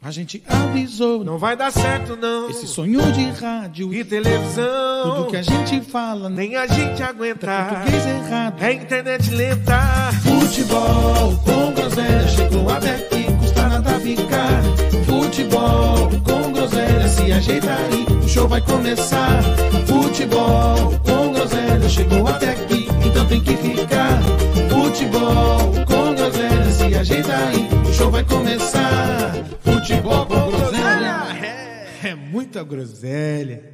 A gente avisou, não vai dar certo não. Esse sonho de rádio e televisão, tudo que a gente fala, nem a gente aguenta. É português errado, é internet lenta. Futebol com groselha, chegou até aqui, custa nada ficar. Futebol com groselha, se ajeita aí, o show vai começar. Futebol com groselha, chegou até aqui, então tem que ficar. Futebol com groselha, se ajeita aí, o show vai começar. Futebol com groselha, é muita groselha.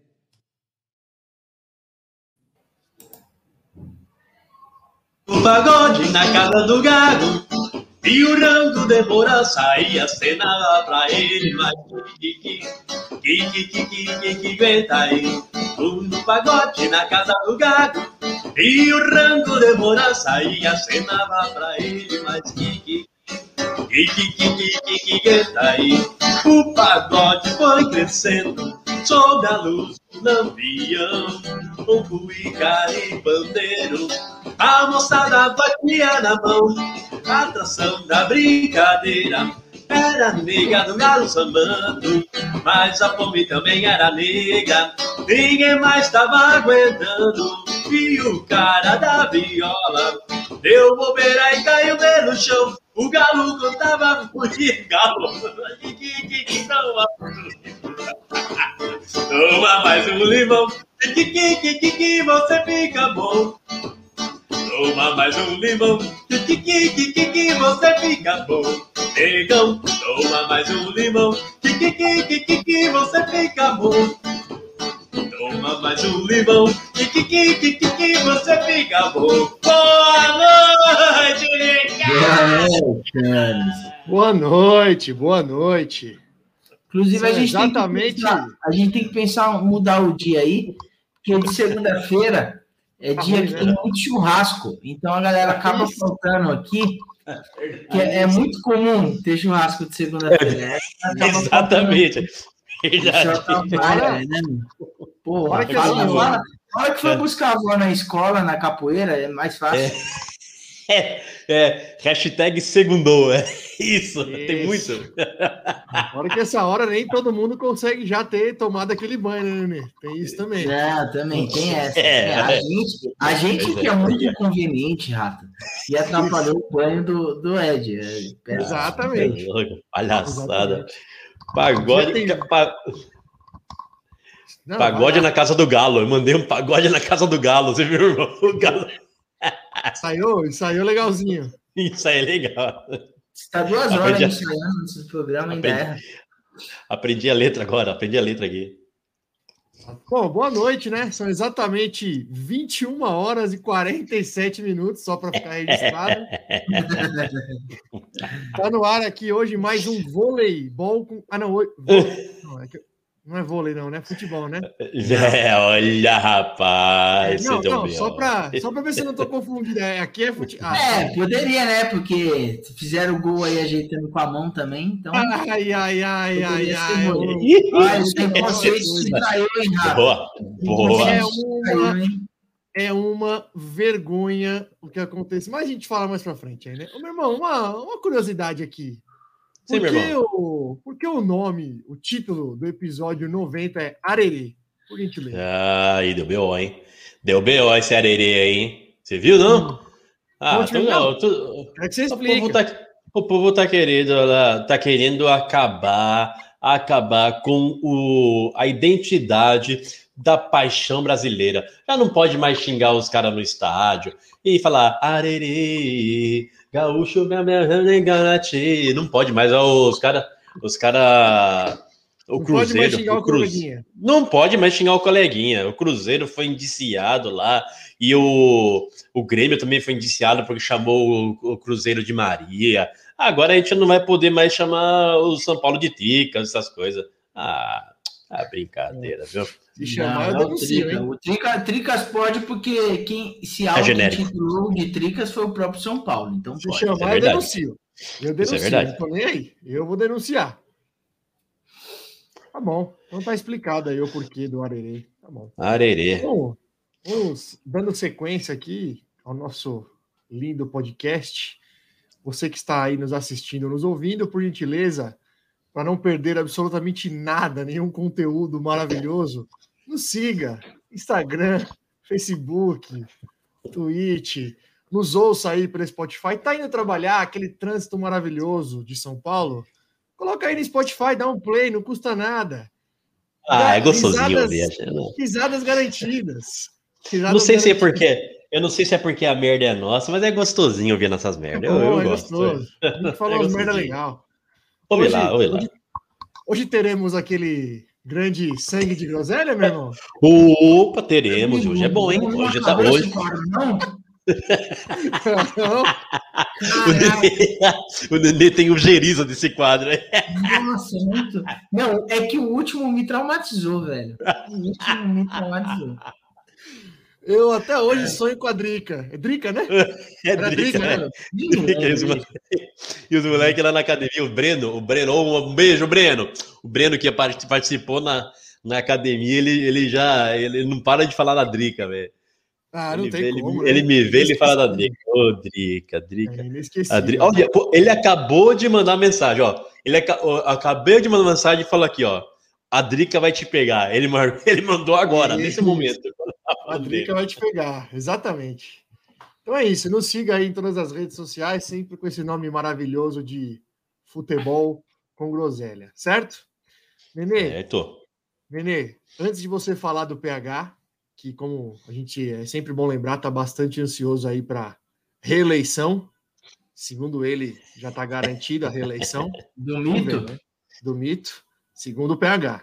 O pagode na casa do gado, e o rango demora a sair, a cena lá pra ele, mas que aguenta aí. No pagode na casa do gado, e o rango demora a sair, a cena lá pra ele, mas que aguenta aí. O pagode foi crescendo sob a luz do lampião, o cuíca e pandeiro, a moçada batia na mão, a atração da brincadeira era nega do galo sambando, mas a fome também era negra, ninguém mais tava aguentando, e o cara da viola deu bobeira e caiu no chão. O galo cantava por galo. Toma mais um limão, você fica bom. Toma mais um limão, você fica bom. Negão, toma mais um limão, você fica bom. Toma mais um limão, você fica bom. Boa noite, Boa noite, boa noite. Inclusive, a gente tem que pensar, mudar o dia aí, porque de segunda-feira é dia que tem muito churrasco, então a galera acaba faltando aqui, que é muito comum ter churrasco de segunda-feira. Exatamente. Porra, na hora que for buscar a avó na escola, na capoeira, é mais fácil. Hashtag segundou, isso, tem muito. Fora que essa hora nem todo mundo consegue já ter tomado aquele banho, né, Nenê? Tem isso também. Também tem essa. A gente que é muito inconveniente, Rata, e atrapalhou o banho do Ed. Exatamente. Palhaçada. Pagode na casa do galo. Eu mandei um pagode na casa do galo, você viu, irmão? O galo... Ensaiou legalzinho. Isso aí é legal. Está 2 horas ensaiando nesse programa, ainda erra. Aprendi a letra agora, aqui. Bom, boa noite, né? São exatamente 21 horas e 47 minutos, só para ficar registrado. Tá no ar aqui hoje mais um voleibol com... Não é vôlei, não é futebol, né? Olha, rapaz. Só para ver se eu não estou confundindo. Aqui é futebol. Poderia, né? Porque fizeram o gol aí ajeitando com a mão também. Então... Ai. É uma vergonha o que acontece. Mas a gente fala mais para frente aí, né? Ô, meu irmão, uma curiosidade aqui. Por que o nome, o título do episódio 90 é Arerê? Por gentileza. Aí, deu B.O., hein? Deu B.O. esse Arerê aí, hein? Você viu, não? É que você explica. O povo tá querendo acabar com a identidade da paixão brasileira. Já não pode mais xingar os caras no estádio e falar Arerê, gaúcho, não pode mais. Os caras, o Cruzeiro, não pode mais xingar o coleguinha. O Cruzeiro foi indiciado lá e o Grêmio também foi indiciado porque chamou o Cruzeiro de Maria. Agora a gente não vai poder mais chamar o São Paulo de Tricas, essas coisas. Brincadeira, viu? Se chamar, eu denuncio, hein? O Tricas pode, porque quem se auto-intitulou de Tricas foi o próprio São Paulo. Então, se chamar, eu denuncio. Eu denuncio, não tô nem aí. Eu vou denunciar. Tá bom. Então tá explicado aí o porquê do Arerê. Tá bom. Arerê. Bom, vamos dando sequência aqui ao nosso lindo podcast. Você que está aí nos assistindo, nos ouvindo, por gentileza, para não perder absolutamente nada, nenhum conteúdo maravilhoso, nos siga. Instagram, Facebook, Twitch, nos ouça aí pelo Spotify. Tá indo trabalhar, aquele trânsito maravilhoso de São Paulo? Coloca aí no Spotify, dá um play, não custa nada. É gostosinho ouvir. Risadas garantidas. Não sei se é porque... Eu não sei se é porque a merda é nossa, mas é gostosinho ouvir nossas merdas. Eu gosto. Gostoso. A gente falou umas merda legal. Ouve lá. Hoje teremos aquele grande sangue de groselha, meu irmão? Opa, teremos. Hoje é bom, hein? Hoje tá hoje. O Nenê tem o geriza desse quadro. Nossa, muito. Não, é que o último me traumatizou, velho. O último me traumatizou. Eu até hoje sonho com a Drica. É Drica, né? É Drica, né? E os moleques lá na academia, o Breno, um beijo, Breno. O Breno que participou na academia, ele não para de falar da Drica, velho. Não tem como. Ele me vê, ele fala da Drica. Ô, Drica. Inesquecível. Olha, ele acabou de mandar mensagem, ó. Acabei de mandar mensagem e falou aqui, ó. A Drica vai te pegar. Ele mandou agora, nesse momento. A Drica vai te pegar, exatamente. Então é isso, nos siga aí em todas as redes sociais, sempre com esse nome maravilhoso de futebol com groselha, certo? Nenê, certo. Nenê, antes de você falar do PH, que como a gente é sempre bom lembrar, tá bastante ansioso aí para reeleição, segundo ele, já tá garantida a reeleição. Do Mito? Né? Do Mito, segundo o PH.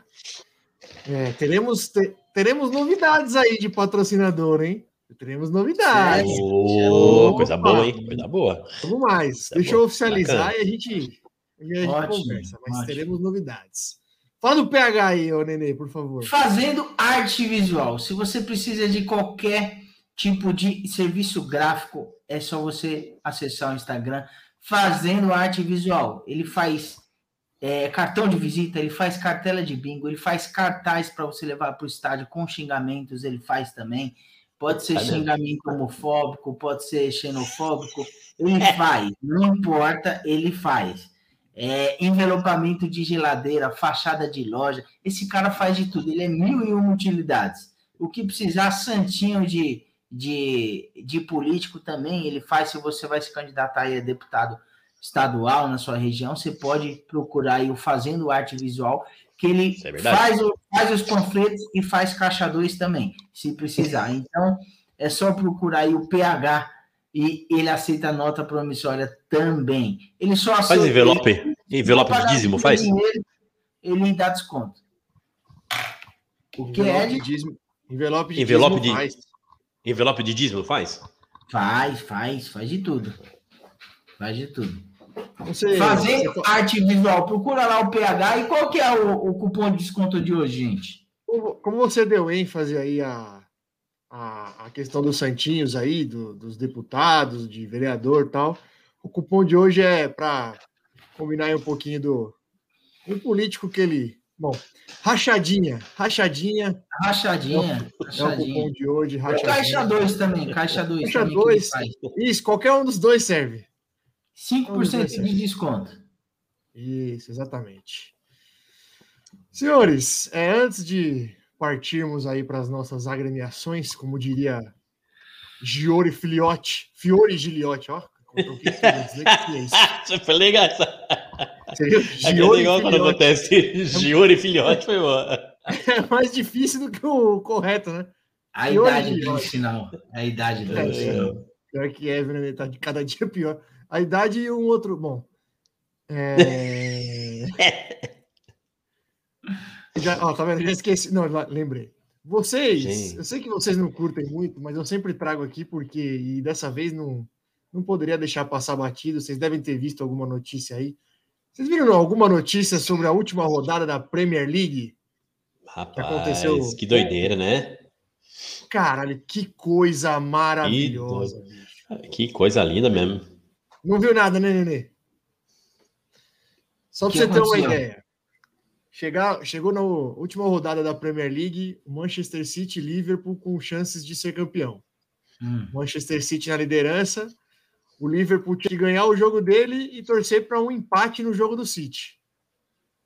Teremos novidades aí de patrocinador, hein? Teremos novidades. Coisa boa, hein? Coisa boa. Vamos mais. Deixa eu oficializar. Bacana. E a gente conversa, mas ótimo. Teremos novidades. Fala do PH aí, ô Nenê, por favor. Fazendo arte visual. Se você precisa de qualquer tipo de serviço gráfico, é só você acessar o Instagram Fazendo Arte Visual. Ele faz cartão de visita, ele faz cartela de bingo, ele faz cartaz para você levar para o estádio com xingamentos, ele faz também. Pode ser xingamento homofóbico, pode ser xenofóbico, ele faz, não importa, ele faz. Envelopamento de geladeira, fachada de loja, esse cara faz de tudo, ele é 1001 utilidades. O que precisar, santinho de político também, ele faz. Se você vai se candidatar aí a deputado estadual na sua região, você pode procurar aí o Fazendo Arte Visual, que ele faz os panfletos e faz caixa 2 também, se precisar. Então, é só procurar aí o PH e ele aceita nota promissória também. Ele só aceita... Faz envelope de dízimo, faz? Ele dá desconto. O que envelope de dízimo? Envelope de faz. Envelope de dízimo faz? Faz de tudo. Faz de tudo. Fazendo arte visual, procura lá o PH. E qual que é o cupom de desconto de hoje, gente? Como você deu ênfase aí a questão dos santinhos aí, dos deputados, de vereador e tal, o cupom de hoje é para combinar aí um pouquinho do político que ele... Bom, rachadinha. É o cupom de hoje, rachadinha. Caixa 2 também, caixa 2. Caixa 2, isso, qualquer um dos dois serve. 5% de desconto. Isso, exatamente. Senhores, antes de partirmos aí para as nossas agremiações, como diria Fiore Giliotti, ó. Que é isso? Foi legal essa. Seria legal quando acontece Giore Filhote, foi bom. É mais difícil do que o correto, né? A idade do sinal. A idade do sinal. Pior que é, né? Tá de cada dia pior. A idade e um outro. Bom. Tá vendo? Já esqueci. Não, lembrei. Vocês, eu sei que vocês não curtem muito, mas eu sempre trago aqui porque, e dessa vez não poderia deixar passar batido. Vocês devem ter visto alguma notícia aí. Vocês viram alguma notícia sobre a última rodada da Premier League? Rapaz, que doideira, né? Caralho, que coisa maravilhosa. Que coisa linda mesmo. Não viu nada, né, Nenê? Só para você ter uma ideia. Chegou na última rodada da Premier League, o Manchester City e Liverpool com chances de ser campeão. Manchester City na liderança, o Liverpool tinha que ganhar o jogo dele e torcer para um empate no jogo do City.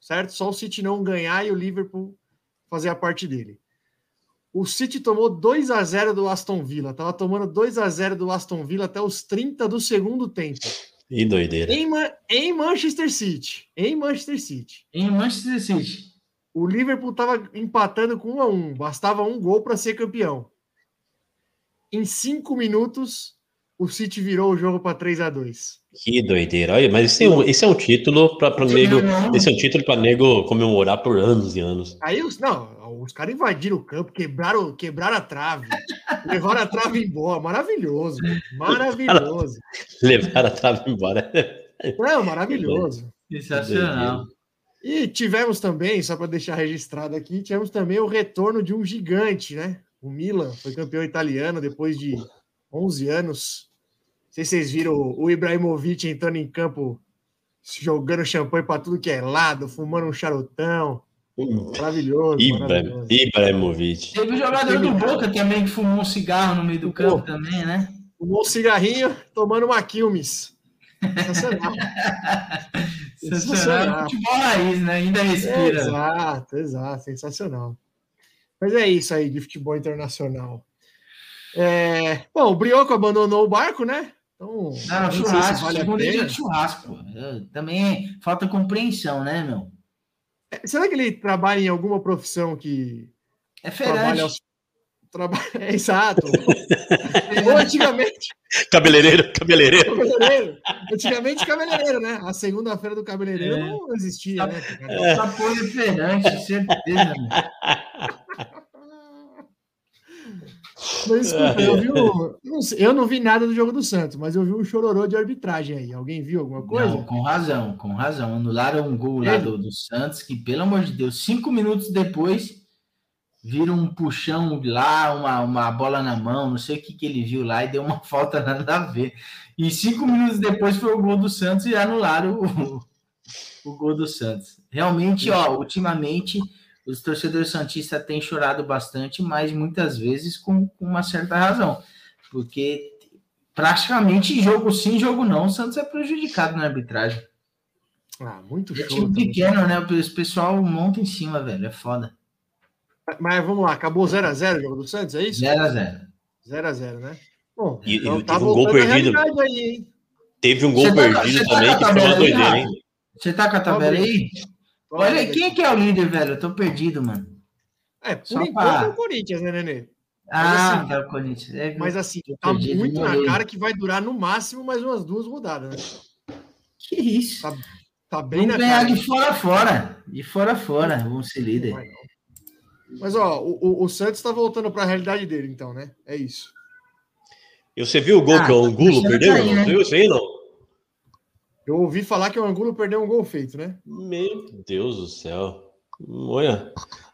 certo? Só o City não ganhar e o Liverpool fazer a parte dele. O City tomou 2-0 do Aston Villa. Tava tomando 2-0 do Aston Villa até os 30 do segundo tempo. E doideira. Em Manchester City. Em Manchester City. O Liverpool tava empatando com 1-1. Bastava um gol para ser campeão. Em 5 minutos, o City virou o jogo para 3-2. Que doideira. Olha, mas esse é um título para nego. Esse é um título para nego comemorar por anos e anos. Aí os caras invadiram o campo, quebraram a trave, levaram a trave embora. Maravilhoso. Maravilhoso. Levaram a trave embora. Não, maravilhoso. Sensacional. E tivemos também, só para deixar registrado aqui, tivemos também o retorno de um gigante, né? O Milan foi campeão italiano depois de 11 anos. Não sei se vocês viram o Ibrahimovic entrando em campo, jogando champanhe para tudo que é lado, fumando um charutão. Maravilhoso. Ibrahimovic. Teve o jogador do Boca também que fumou um cigarro no meio do campo também, né? Fumou um cigarrinho, tomando uma Quilmes. Sensacional. Sensacional. Futebol raiz, né? Ainda respira. Exato. Sensacional. Mas é isso aí de futebol internacional. Bom, o Brioco abandonou o barco, né? Então, churrasco. Vale segundo dia de churrasco. Também falta compreensão, né, meu? Será que ele trabalha em alguma profissão que... É feirante. Exato. Ou antigamente... Cabeleireiro. Antigamente, cabeleireiro, né? A segunda-feira do cabeleireiro não existia, né? Sapô é feirante, certeza, meu. Mas, desculpa, eu não vi nada do jogo do Santos, mas eu vi um chororô de arbitragem aí. Alguém viu alguma coisa? Não, com razão. Anularam um gol lá do Santos, que, pelo amor de Deus, 5 minutos depois, viram um puxão lá, uma bola na mão, não sei o que ele viu lá, e deu uma falta nada a ver. E 5 minutos depois foi o gol do Santos e anularam o gol do Santos. Realmente, ultimamente... Os torcedores santistas têm chorado bastante, mas muitas vezes com uma certa razão. Porque praticamente jogo sim, jogo não, o Santos é prejudicado na arbitragem. Muito show. É time pequeno, né? O pessoal monta em cima, velho. É foda. Mas vamos lá, acabou 0-0 o jogo do Santos, é isso? 0-0. 0-0, né? Bom, então teve um gol perdido. Aí, teve um gol perdido também, que foi uma doideira, hein? Você tá com a tabela aí? Olha aí, quem é que é o líder, velho? Eu tô perdido, mano. Por enquanto é o Corinthians, né, Nenê? É o Corinthians. Mas assim, tá muito na cara que vai durar no máximo mais umas 2 rodadas, né? Que isso? Tá bem na cara. De fora a fora. De fora a fora. Vamos ser líder. Mas, o Santos tá voltando pra realidade dele, então, né? É isso. Você viu o gol que o Angulo perdeu? Não viu isso aí, não? Eu ouvi falar que o Angulo perdeu um gol feito, né? Meu Deus do céu. Olha.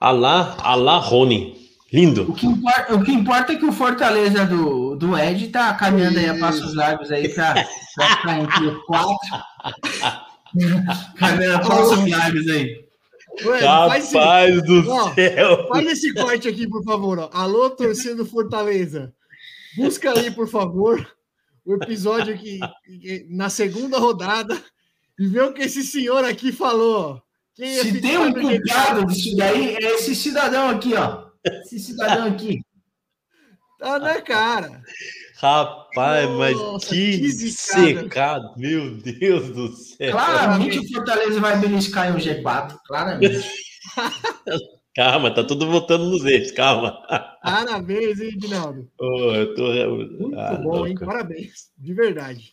Alá Rony. Lindo. O que importa é que o Fortaleza do Ed tá caminhando aí a passos largos aí pra ficar entre os 4. Caminhando a passos largos aí. Rapaz do céu. Faz esse corte aqui, por favor. Ó. Alô, torcendo do Fortaleza. Busca aí, por favor, o episódio aqui na segunda rodada e vê o que esse senhor aqui falou. Se tem um culpado disso daí, é esse cidadão aqui, ó. Esse cidadão aqui. Tá na cara. Rapaz, mas que secado. Meu Deus do céu. Claramente o Fortaleza vai beliscar em um G4. Claramente. Calma, tá tudo voltando nos eixos, calma. Parabéns, hein, Edinaldo? Eu tô... Muito bom, hein? Parabéns. De verdade.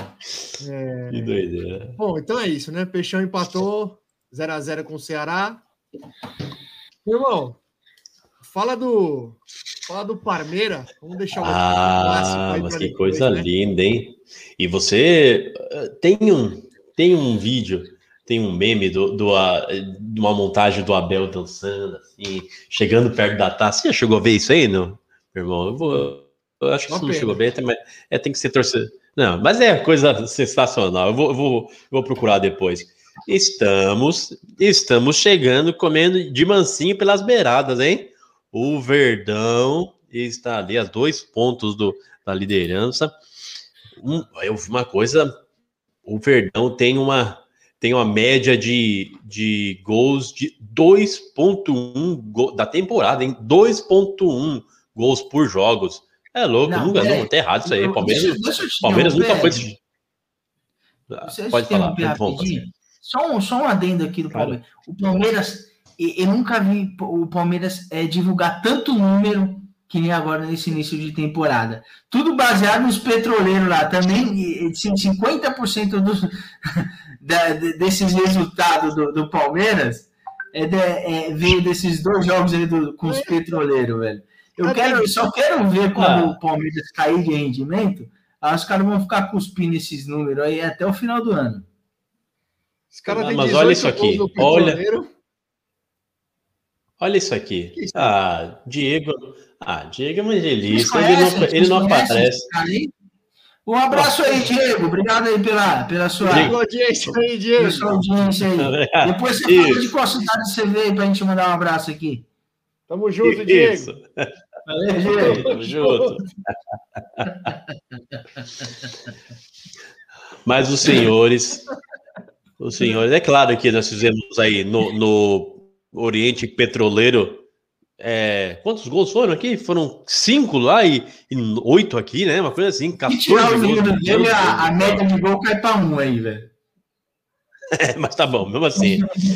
Que doideira. Bom, então é isso, né? Peixão empatou 0-0 com o Ceará. Meu irmão, fala do Parmeira. Vamos deixar o clássico aí. Mas que depois, coisa, né? Linda, hein? E você tem um vídeo, tem um meme de uma montagem do Abel dançando, assim, chegando perto da taça. Você já chegou a ver isso aí, não? Meu irmão, eu acho que você não chegou a ver, mas tem que ser torcedor. Não, mas é coisa sensacional. Eu vou procurar depois. Estamos chegando, comendo de mansinho pelas beiradas, hein? O Verdão está ali a 2 pontos da liderança. Eu vi uma coisa, o Verdão tem uma tem uma média de gols de 2,1 da temporada, hein? 2,1 gols por jogos. É louco, nunca tá errado isso aí. Palmeiras nunca foi. Pode falar. Só um adendo aqui do Palmeiras. O Palmeiras, eu nunca vi o Palmeiras divulgar tanto número que nem agora nesse início de temporada. Tudo baseado nos petroleiros lá. Também 50% desses resultados do Palmeiras veio desses 2 jogos aí com os petroleiros, velho. Eu só quero ver quando o Palmeiras cair de rendimento, os caras vão ficar cuspindo esses números aí até o final do ano. Mas olha isso aqui. Olha isso aqui. Diego evangelista. Ele não aparece. Um abraço aí, Diego. Obrigado aí pela sua audiência aí, Diego. Aí. Depois você fala de qual cidade você veio pra gente mandar um abraço aqui. Tamo junto, Diego. Valeu, Diego. Tamo junto. Mas os senhores, é claro que nós fizemos aí no Oriente Petroleiro. Quantos gols foram aqui? Foram 5 lá e 8 aqui, né? Uma coisa assim, 14 gols. A média de gol cai pra 1 aí, velho. Mas tá bom, mesmo assim.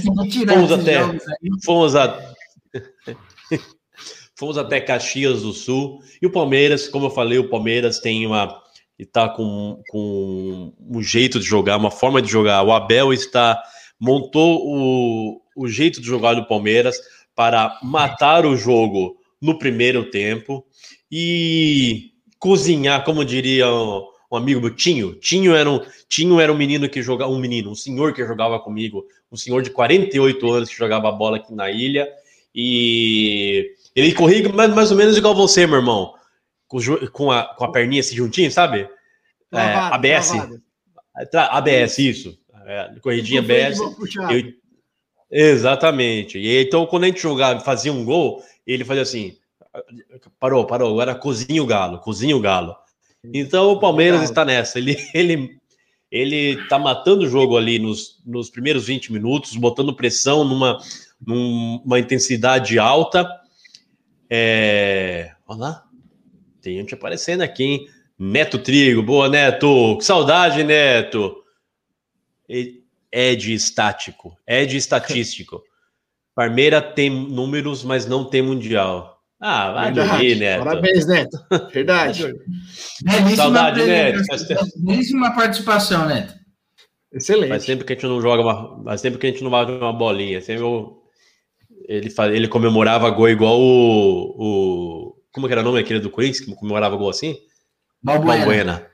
Fomos até Caxias do Sul. E o Palmeiras, como eu falei, o Palmeiras está com um jeito de jogar, uma forma de jogar. O Abel montou o jeito de jogar do Palmeiras para matar o jogo no primeiro tempo e cozinhar, como diria um amigo meu, Tinho. Tinho era um menino que jogava, um senhor que jogava comigo, um senhor de 48 anos que jogava bola aqui na ilha, e ele corria mais ou menos igual você, meu irmão, com a perninha assim juntinho, sabe? ABS. ABS, isso. Corridinha ABS. Exatamente. E então, quando a gente jogava, fazia um gol, ele fazia assim, parou, agora cozinha o galo. Então, o Palmeiras está nessa. Ele tá matando o jogo ali nos primeiros 20 minutos, botando pressão numa intensidade alta. Olha lá. Tem gente aparecendo aqui, hein? Neto Trigo. Boa, Neto. Que saudade, Neto. É de estatístico. Palmeiras tem números, mas não tem mundial. Vai dormir, Neto. Parabéns, Neto. Verdade. Saudade, Neto. Belíssima participação, Neto. Excelente. Faz tempo que a gente não joga uma bolinha. Ele comemorava gol igual o como que era o nome aquele do Corinthians que comemorava gol assim? Balbuena,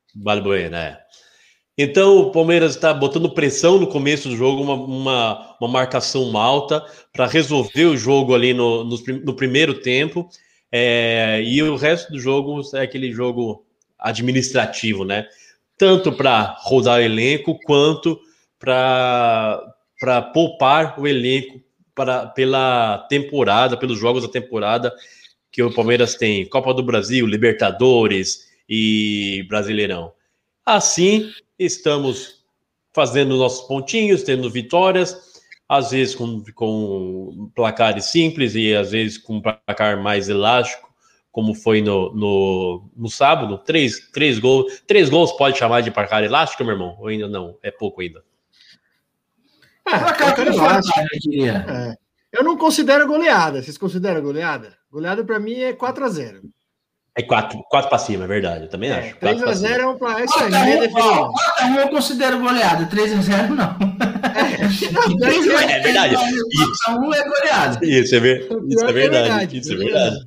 Então, o Palmeiras está botando pressão no começo do jogo, uma marcação alta para resolver o jogo ali no primeiro tempo. E o resto do jogo é aquele jogo administrativo, né? Tanto para rodar o elenco, quanto para poupar o elenco pela temporada, pelos jogos da temporada que o Palmeiras tem. Copa do Brasil, Libertadores e Brasileirão. Assim, estamos fazendo nossos pontinhos, tendo vitórias, às vezes com placares simples e às vezes com placar mais elástico, como foi no sábado. 3 gols. 3 gols pode chamar de placar elástico, meu irmão? Ou ainda não? É pouco ainda. Placar elástico, eu diria. Eu não considero goleada. Vocês consideram goleada? Goleada para mim é 4-0. É 4 para cima, é verdade. Eu também acho. 3-0 é um para isso aí. 4-1 eu considero goleada. 3-0 não. É verdade. 4-1 é goleada. Isso é verdade. Isso é verdade.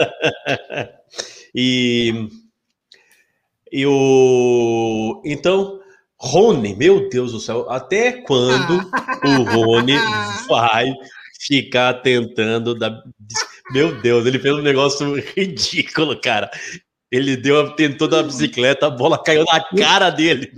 Então, Rony, meu Deus do céu, até quando o Rony vai ficar tentando dar... Meu Deus, ele fez um negócio ridículo, cara. Ele tentou dar a bicicleta, a bola caiu na cara dele.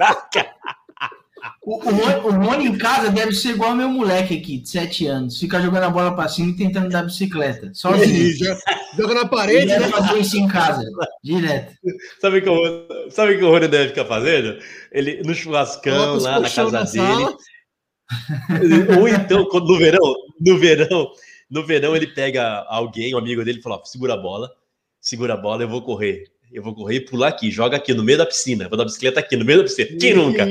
O Rony em casa deve ser igual ao meu moleque aqui, de 7 anos. Fica jogando a bola pra cima e tentando dar bicicleta. Sozinho. Joga na parede, né? Deve fazer isso em casa, direto. Sabe o que o Rony deve ficar fazendo? Ele no churrascão lá na casa dele. Ou então, no verão ele pega alguém, um amigo dele, e fala: segura a bola, eu vou correr e pular aqui, joga aqui no meio da piscina, vou dar bicicleta aqui no meio da piscina. Quem nunca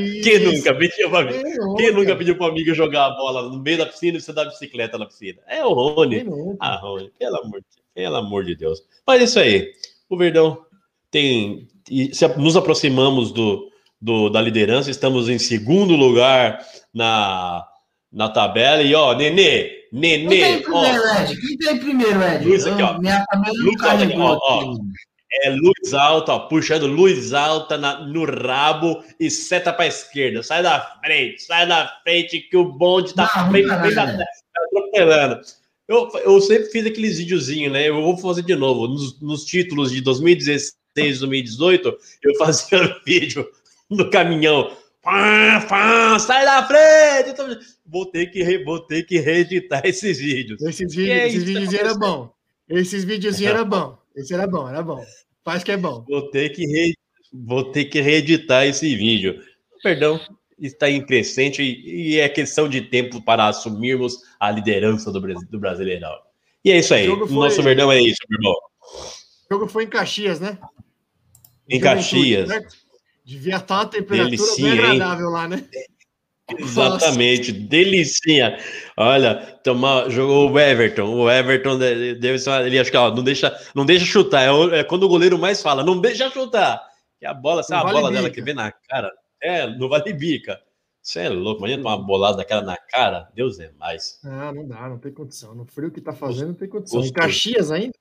pediu para um amigo jogar a bola no meio da piscina e você dar bicicleta na piscina? É o Rony. Rony, pelo amor de Deus. Mas isso aí, o Verdão nos aproximamos da liderança, estamos em segundo lugar na tabela, e ó, Nenê, Quem tá em primeiro, Ed? Luiz aqui, ó. Minha tabela não carregou. É Luiz Alta, ó, puxando Luiz Alta no rabo e seta pra esquerda. Sai da frente que o bonde tá atropelando. Eu sempre fiz aqueles videozinhos, né? Eu vou fazer de novo. Nos títulos de 2016 e 2018, eu fazia vídeo no caminhão. Sai da frente! Vou ter que reeditar esses vídeos. Esses vídeos eram bons. Esses vídeos eram bons. Esse era bom. Faz que é bom. Vou ter que reeditar esse vídeo. Perdão, está em crescente e é questão de tempo para assumirmos a liderança do Brasileirão. E é isso aí. Nosso Verdão é isso, meu irmão. O jogo foi em Caxias, né? Em Caxias. Devia estar uma temperatura bem agradável lá, né? Exatamente, delicinha. Olha, jogou o Everton. O Everton deve ser ele acho que não deixa chutar. É quando o goleiro mais fala, não deixa chutar. Que a bola, sabe a bola dela que vem na cara? Não vale bica. Você é louco, imagina uma bolada daquela na cara. Deus é mais. Não dá, não tem condição. No frio que tá fazendo, não tem condição. Em Caxias ainda?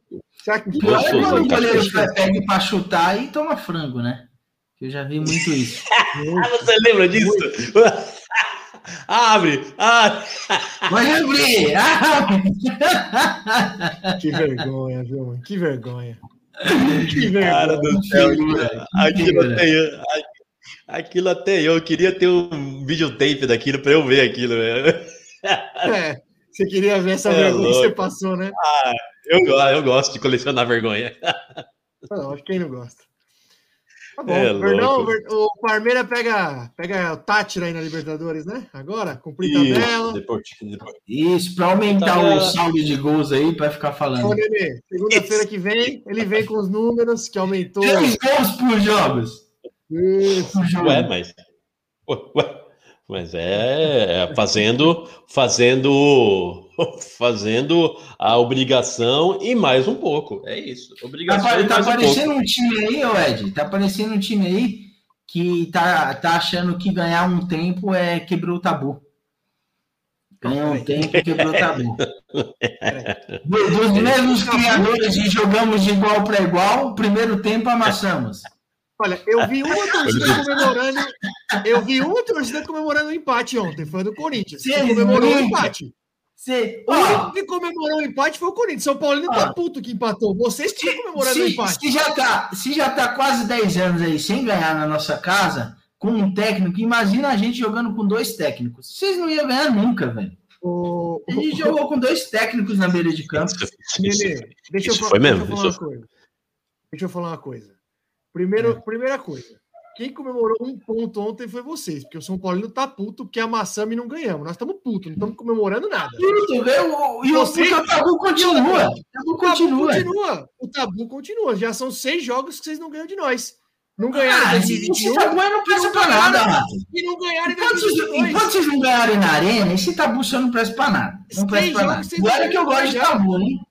O goleiro pega pra chutar e toma frango, né? Eu já vi muito isso. Você lembra disso? Abre! Vai abrir! Que vergonha, viu, mano? Que vergonha. Cara do céu, aquilo até eu queria ter um videotape daquilo para eu ver aquilo. Você queria ver essa vergonha que você passou, né? Eu gosto de colecionar vergonha. Não, quem não gosta? Tá bom, o Palmeiras pega o Tátira aí na Libertadores, né? Agora, cumprir tabela. Isso, para aumentar o saldo de gols aí, para ficar falando. Ô, Nenê, segunda-feira que vem, ele vem com os números que aumentou. 3 gols por jogos. Mas é fazendo a obrigação e mais um pouco. É isso. Obrigação tá aparecendo um time aí, Ed. Tá aparecendo um time aí que tá achando que ganhar um tempo quebrou o tabu. Ganhou um tempo e quebrou o tabu. Dos mesmos criadores de jogamos de igual para igual, primeiro tempo amassamos. Olha, eu vi uma torcida comemorando o empate ontem, foi a do Corinthians. Você comemorou o empate. O único que comemorou o empate foi o Corinthians. São Paulo não tá puto que empatou. Vocês que estão comemorando o empate. Se já tá quase 10 anos aí sem ganhar na nossa casa, com um técnico, imagina a gente jogando com 2 técnicos. Vocês não iam ganhar nunca, velho. A gente jogou com 2 técnicos na beira de campo. Deixa eu falar uma coisa. Primeira coisa, quem comemorou um ponto ontem foi vocês, porque o São Paulino tá puto porque amassamos e não ganhamos. Nós estamos putos, não estamos comemorando nada. E o tabu continua. O tabu continua. Já são 6 jogos que vocês não ganham de nós. Não ganharam em 2021. Esse tabu não presta pra nada. E não ganharam em 2022. Enquanto vocês não ganharem na arena, esse tabu só não presta pra nada. Não presta pra nada. E olha que eu gosto de tabu, hein?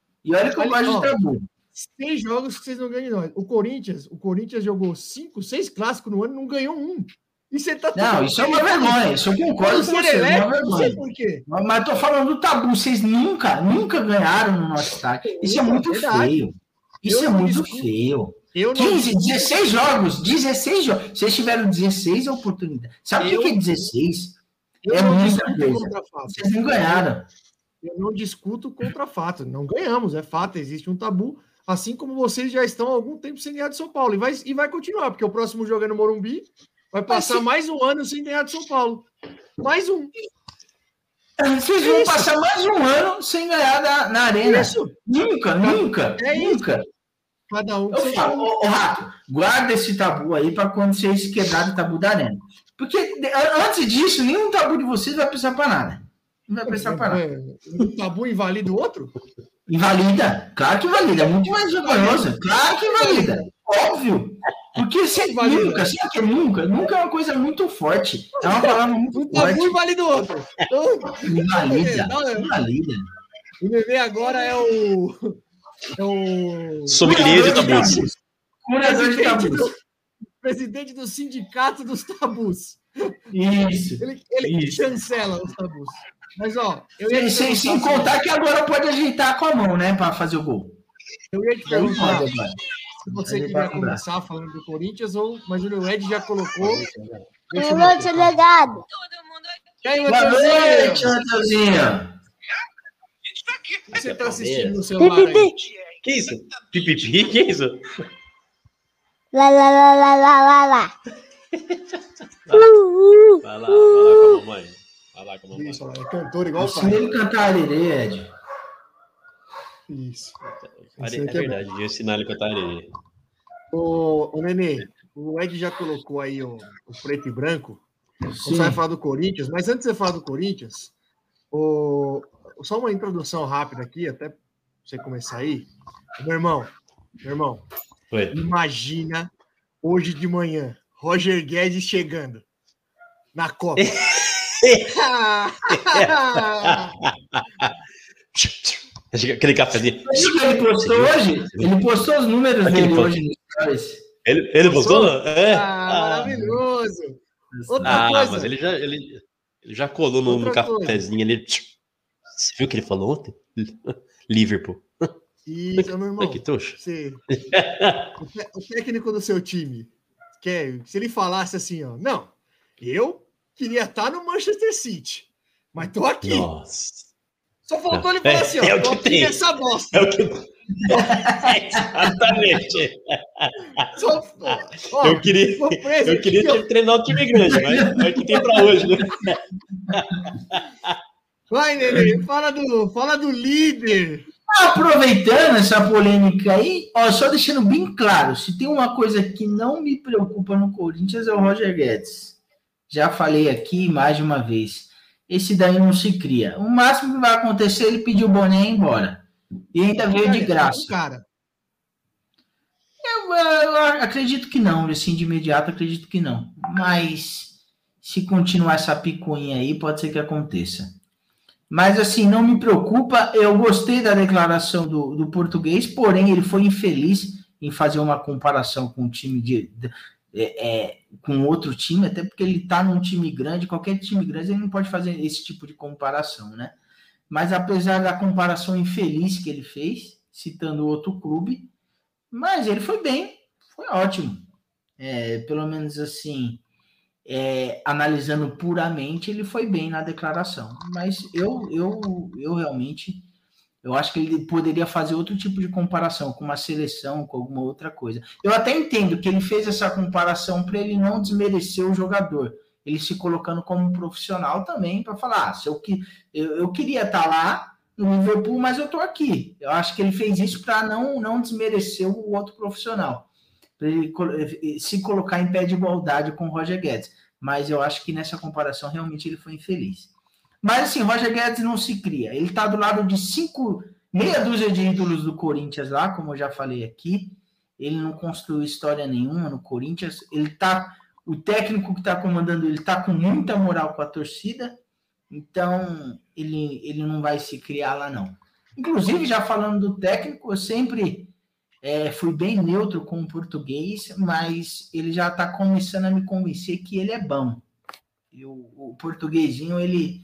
6 jogos que vocês não ganham de nós. O Corinthians jogou 5, 6 clássicos no ano e não ganhou um. E você tá... Não, isso é uma vergonha. Isso eu concordo com você. É uma vergonha. Não sei por quê. Mas tô falando do tabu. Vocês nunca ganharam no nosso estádio. Isso é muito feio. Isso é muito feio. 16 jogos. 16 jogos. Vocês tiveram 16 oportunidades. Sabe o que é 16? É muita coisa. Vocês não ganharam. Eu não discuto contra fato. Não ganhamos, é fato. Existe um tabu. Assim como vocês já estão há algum tempo sem ganhar de São Paulo. E vai continuar, porque o próximo jogo é no Morumbi. Vai passar mais um ano sem ganhar de São Paulo. Mais um. Vocês vão passar mais um ano sem ganhar na arena. Isso. Nunca. Cada um. Rato, guarda esse tabu aí para quando vocês quebrarem o tabu da arena. Porque antes disso, nenhum tabu de vocês vai precisar para nada. Não vai precisar para nada. Um tabu invalida o outro? Invalida. Claro que invalida. É muito mais vergonhoso. Claro que invalida. Óbvio. Porque você nunca, sabe que nunca é uma coisa muito forte. É uma palavra muito forte. Um tabu invalida o outro. Invalida. Invalida. O Nenê agora é o sommelier de tabus. Curador de tabus. Presidente do sindicato dos tabus. Isso. Ele chancela os tabus. Mas, ó... Sem contar que agora pode ajeitar com a mão, né? Para fazer o gol. Eu ia te perguntar se você queria começar falando do Corinthians, mas o Ed já colocou... Boa noite, legado. Boa noite, Matheusinho. Você está assistindo no celular aí? Que isso? Pipipi? Que isso? Lá. Vai lá com a mamãe. Vai lá com a mamãe. Isso, é cantor igual o pai. Ensina ele cantar Arerê, Ed. Isso. É verdade, eu ensinar ele a cantar Arerê. Ô, Nenê, o Ed já colocou aí o preto e branco. Você vai falar do Corinthians, mas antes de você falar do Corinthians, só uma introdução rápida aqui, até pra você começar aí. Meu irmão, Oi. Imagina hoje de manhã, Roger Guedes chegando na Copa. Aquele cafezinho. Ele postou hoje? Ele postou os números dele hoje no Stories. Ele postou? É. Maravilhoso. Outra coisa. Mas ele já colou no cafezinho ali. Você viu o que ele falou ontem? Liverpool. Isso, meu irmão. Que trouxa. O técnico do seu time, se ele falasse assim, ó, não, eu queria estar no Manchester City, mas tô aqui. Nossa. Só faltou ele falar assim, ó, tô aqui nessa bosta. É o que... Exatamente. Eu queria treinar o time grande, mas é o que tem pra hoje, né? Vai, Nenê, fala do líder. Aproveitando essa polêmica aí, só deixando bem claro, se tem uma coisa que não me preocupa no Corinthians é o Roger Guedes. Já falei aqui mais de uma vez. Esse daí não se cria. O máximo que vai acontecer é ele pedir o boné e ir embora. E ainda veio de graça. Cara. Eu acredito que não, assim, de imediato acredito que não. Mas se continuar essa picuinha aí, pode ser que aconteça. Mas, assim, não me preocupa. Eu gostei da declaração do português, porém, ele foi infeliz em fazer uma comparação com um time com outro time, até porque ele está num time grande. Qualquer time grande, ele não pode fazer esse tipo de comparação, né? Mas, apesar da comparação infeliz que ele fez, citando outro clube, mas ele foi bem, foi ótimo. Pelo menos, assim... analisando puramente, ele foi bem na declaração. Mas eu realmente, eu acho que ele poderia fazer outro tipo de comparação, com uma seleção, com alguma outra coisa. Eu até entendo que ele fez essa comparação para ele não desmerecer o jogador, ele se colocando como um profissional também, para falar, eu queria estar lá no Liverpool, mas eu estou aqui. Eu acho que ele fez isso para não desmerecer o outro profissional, para ele se colocar em pé de igualdade com o Roger Guedes. Mas eu acho que nessa comparação realmente ele foi infeliz. Mas assim, Roger Guedes não se cria. Ele está do lado de meia dúzia de ídolos do Corinthians lá, como eu já falei aqui. Ele não construiu história nenhuma no Corinthians. O técnico que está comandando ele está com muita moral com a torcida. Então, ele não vai se criar lá, não. Inclusive, já falando do técnico, eu sempre... fui bem neutro com o português, mas ele já está começando a me convencer que ele é bom. O portuguesinho, ele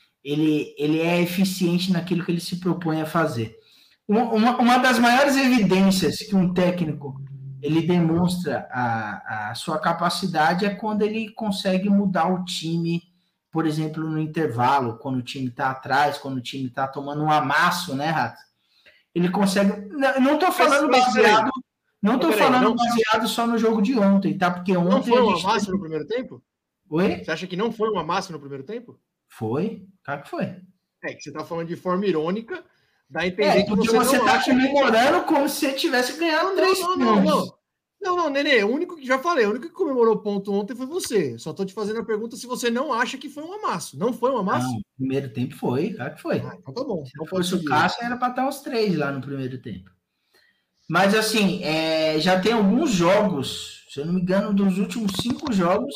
é eficiente naquilo que ele se propõe a fazer. Uma das maiores evidências que um técnico ele demonstra a sua capacidade é quando ele consegue mudar o time, por exemplo, no intervalo, quando o time está atrás, quando o time está tomando um amasso, né, Rato? Ele consegue... Não estou falando baseado... Não estou falando baseado só no jogo de ontem, tá? Porque ontem... Não foi um amasso no primeiro tempo? Oi? Você acha que não foi um amasso no primeiro tempo? Foi. Claro que foi. Que você tá falando de forma irônica, dá a entender que você tá comemorando como se você tivesse ganhado 3 pontos. Não, Nenê, o único que comemorou ponto ontem foi você. Só tô te fazendo a pergunta se você não acha que foi um amasso. Não foi um amasso? Não, no primeiro tempo foi, claro que foi. Então tá bom. Se não fosse o Cássio, era para estar os 3 lá no primeiro tempo. Mas, assim, já tem alguns jogos, se eu não me engano, dos últimos 5 jogos,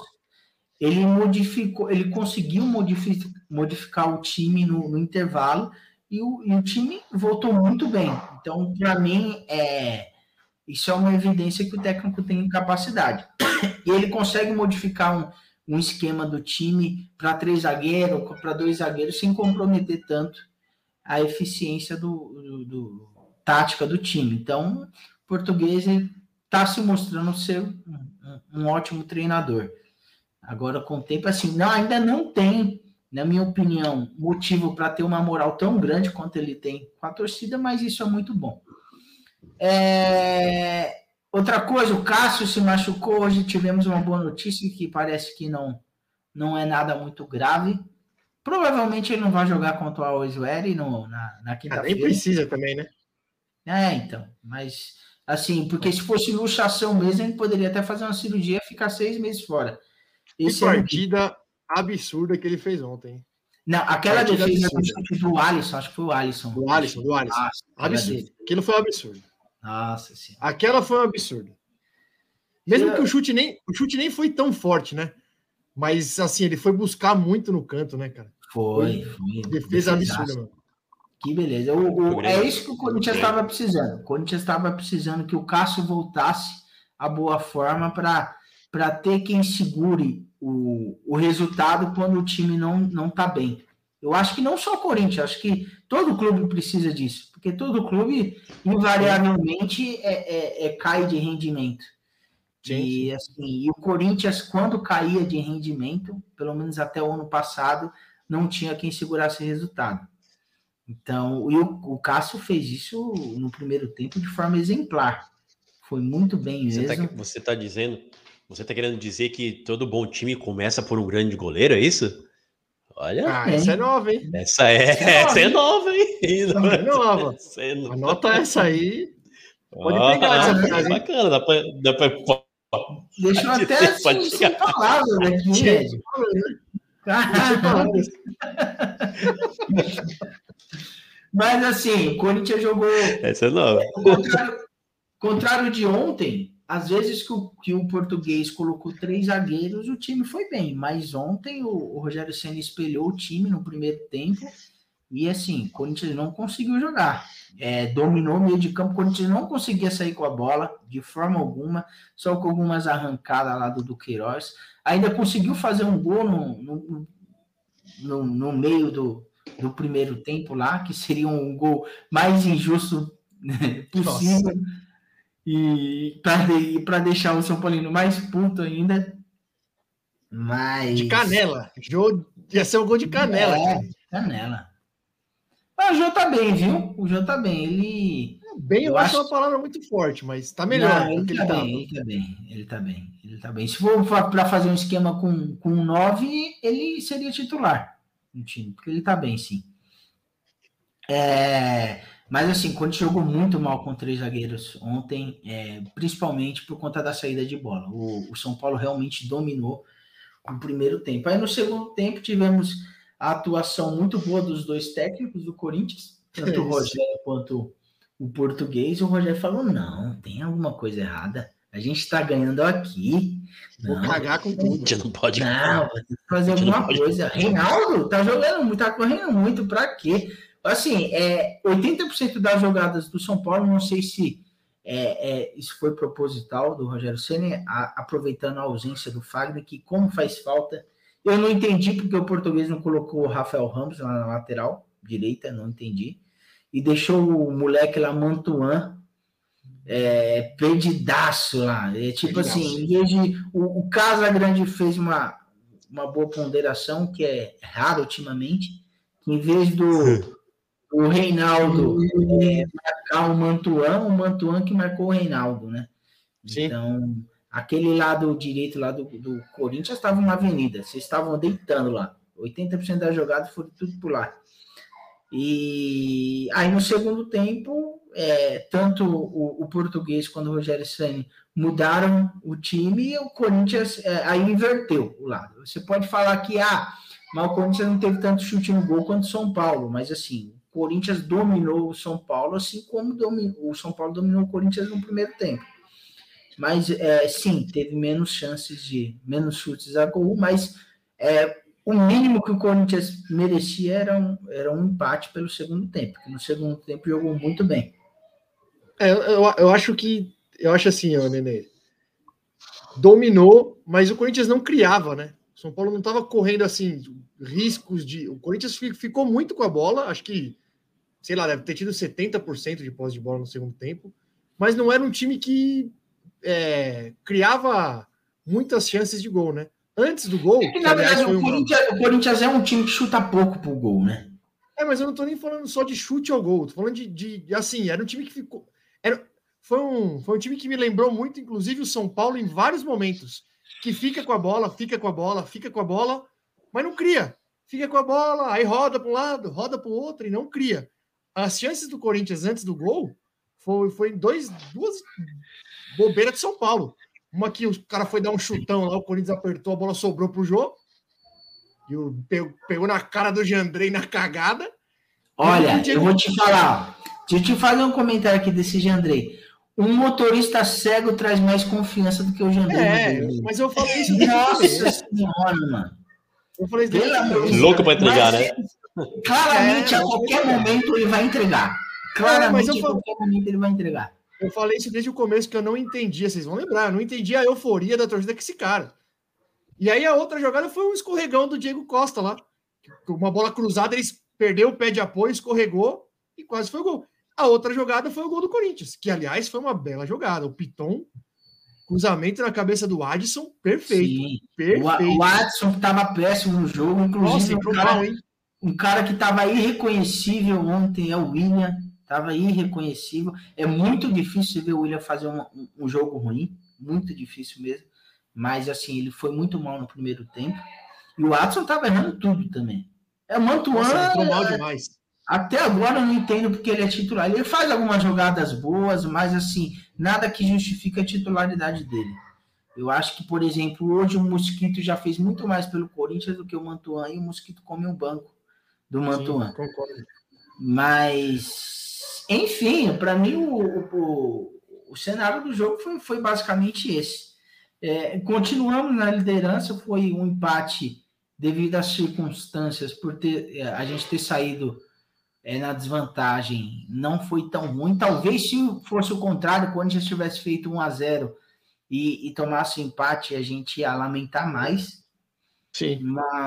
ele conseguiu modificar o time no intervalo e o time voltou muito bem. Então, para mim, isso é uma evidência que o técnico tem capacidade. E ele consegue modificar um esquema do time para 3 zagueiros, para 2 zagueiros, sem comprometer tanto a eficiência do tática do time. Então, o Português está se mostrando ser um ótimo treinador. Agora, com o tempo, assim, ainda não tem, na minha opinião, motivo para ter uma moral tão grande quanto ele tem com a torcida, mas isso é muito bom. Outra coisa, o Cássio se machucou. Hoje tivemos uma boa notícia que parece que não é nada muito grave. Provavelmente ele não vai jogar contra o Al-Ahly na quinta-feira. Nem precisa também, né? Então. Mas, assim, porque se fosse luxação mesmo, ele poderia até fazer uma cirurgia e ficar 6 meses fora. Que partida absurda que ele fez ontem. Não, aquela defesa do Alisson, acho que foi o Alisson. Do Alisson. Absurdo. Aquilo foi um absurdo. Nossa senhora. Aquela foi um absurdo. Mesmo que o chute nem foi tão forte, né? Mas, assim, ele foi buscar muito no canto, né, cara? Foi. Defesa absurda, mano. Que beleza. É isso que o Corinthians estava precisando. O Corinthians estava precisando que o Cássio voltasse à boa forma para ter quem segure o resultado quando o time não está bem. Eu acho que não só o Corinthians, acho que todo clube precisa disso, porque todo clube, invariavelmente, cai de rendimento. Sim. E o Corinthians, quando caía de rendimento, pelo menos até o ano passado, não tinha quem segurasse o resultado. Então, o Cássio fez isso no primeiro tempo de forma exemplar. Foi muito bem mesmo. Você está querendo dizer que todo bom time começa por um grande goleiro, é isso? Olha. Essa é nova, hein? Essa é nova, hein? É nova. Anota essa aí. Pode pegar essa frase. Bacana, dá pra... Deixa eu até sem palavras aqui, gente. Mas assim, o Corinthians jogou. Essa é nova. Contrário de ontem, às vezes que o Português colocou 3 zagueiros, o time foi bem. Mas ontem o Rogério Ceni espelhou o time no primeiro tempo e assim, o Corinthians não conseguiu jogar. Dominou o meio de campo, o Corinthians não conseguia sair com a bola de forma alguma, só com algumas arrancadas lá do Queiroz. Ainda conseguiu fazer um gol no meio do primeiro tempo lá, que seria um gol mais injusto possível. Nossa. E para deixar o São Paulino mais puto ainda. Mas... De canela. Ia ser um gol de canela. Canela. Mas o Jô tá bem, viu? O Jô tá bem. Ele... Bem, eu acho uma palavra muito forte, mas tá melhor. Não, ele tá bem. Se for para fazer um esquema com 9, ele seria titular no time, porque ele tá bem, sim. Mas assim, quando jogou muito mal com 3 zagueiros ontem, principalmente por conta da saída de bola. O São Paulo realmente dominou o primeiro tempo. Aí no segundo tempo tivemos a atuação muito boa dos 2 técnicos do Corinthians, tanto o Rogério quanto o Português. O Rogério falou, não, tem alguma coisa errada. A gente está ganhando aqui. Vou cagar com tudo. A gente não pode. Não, vai ter que fazer alguma coisa. Reinaldo tá jogando muito, tá correndo muito, pra quê? Assim, 80% das jogadas do São Paulo, não sei se isso foi proposital do Rogério Ceni, aproveitando a ausência do Fagner, que como faz falta. Eu não entendi porque o Português não colocou o Rafael Ramos lá na lateral direita, não entendi. E deixou o moleque lá, Mantuan, perdidaço lá. Tipo assim, em vez de... O Casagrande fez uma boa ponderação, que é raro ultimamente, que em vez do Reinaldo marcar o Mantuan que marcou o Reinaldo, né? Sim. Então, aquele lado direito lá do Corinthians estava uma avenida. Vocês estavam deitando lá. 80% das jogadas foram tudo por lá. E aí no segundo tempo, tanto o Português quanto o Rogério Ceni mudaram o time e o Corinthians aí inverteu o lado. Você pode falar que mas o Corinthians não teve tanto chute no gol quanto o São Paulo, mas assim, o Corinthians dominou o São Paulo, assim como o São Paulo dominou o Corinthians no primeiro tempo. Mas sim, teve menos chutes a gol, mas o mínimo que o Corinthians merecia era um empate pelo segundo tempo, que no segundo tempo jogou muito bem. Eu acho assim, Nenê, dominou, mas o Corinthians não criava, né? O São Paulo não estava correndo assim riscos de. O Corinthians ficou muito com a bola, acho que, sei lá, deve ter tido 70% de posse de bola no segundo tempo, mas não era um time que criava muitas chances de gol, né? Antes do gol. Na verdade, o Corinthians é um time que chuta pouco pro gol, né? Mas eu não tô nem falando só de chute ao gol, tô falando de assim, era um time que ficou. Foi um time que me lembrou muito, inclusive, o São Paulo em vários momentos. Que fica com a bola, mas não cria. Fica com a bola, aí roda para um lado, roda para o outro e não cria. As chances do Corinthians antes do gol foi duas bobeiras de São Paulo. Uma que o cara foi dar um chutão lá, o Corinthians apertou, a bola sobrou pro Jô. E pegou na cara do Jandrei na cagada. Olha, eu vou te falar. Deixa eu te fazer um comentário aqui desse Jandrei. Um motorista cego traz mais confiança do que o Jandrei. Mas eu falei isso. Nossa senhora, mano. Eu falei isso. Louco pra entregar, né? Claramente, a qualquer momento ele vai entregar. Claramente, a qualquer momento ele vai entregar. Eu falei isso desde o começo, que eu não entendia, vocês vão lembrar, eu não entendia a euforia da torcida com esse cara. E aí a outra jogada foi um escorregão do Diego Costa lá. Uma bola cruzada, ele perdeu o pé de apoio, escorregou e quase foi o gol. A outra jogada foi o gol do Corinthians, que, aliás, foi uma bela jogada. O Piton, cruzamento na cabeça do Adson, perfeito. Sim. Perfeito. O Adson estava péssimo no jogo, inclusive um cara que estava irreconhecível ontem é o William, estava irreconhecível. É muito difícil ver o William fazer um jogo ruim, muito difícil mesmo. Mas, assim, ele foi muito mal no primeiro tempo. E o Adson estava errando tudo também. O Mantuan entrou mal demais. Até agora eu não entendo porque ele é titular. Ele faz algumas jogadas boas, mas assim, nada que justifique a titularidade dele. Eu acho que, por exemplo, hoje o Mosquito já fez muito mais pelo Corinthians do que o Mantuan, e o Mosquito come um banco do Mantuan. Sim, concordo. Mas, enfim, para mim o cenário do jogo foi basicamente esse. Continuamos na liderança, foi um empate devido às circunstâncias, por a gente ter saído na desvantagem, não foi tão ruim. Talvez se fosse o contrário, quando a gente tivesse feito 1-0 e tomasse empate, a gente ia lamentar mais. Sim.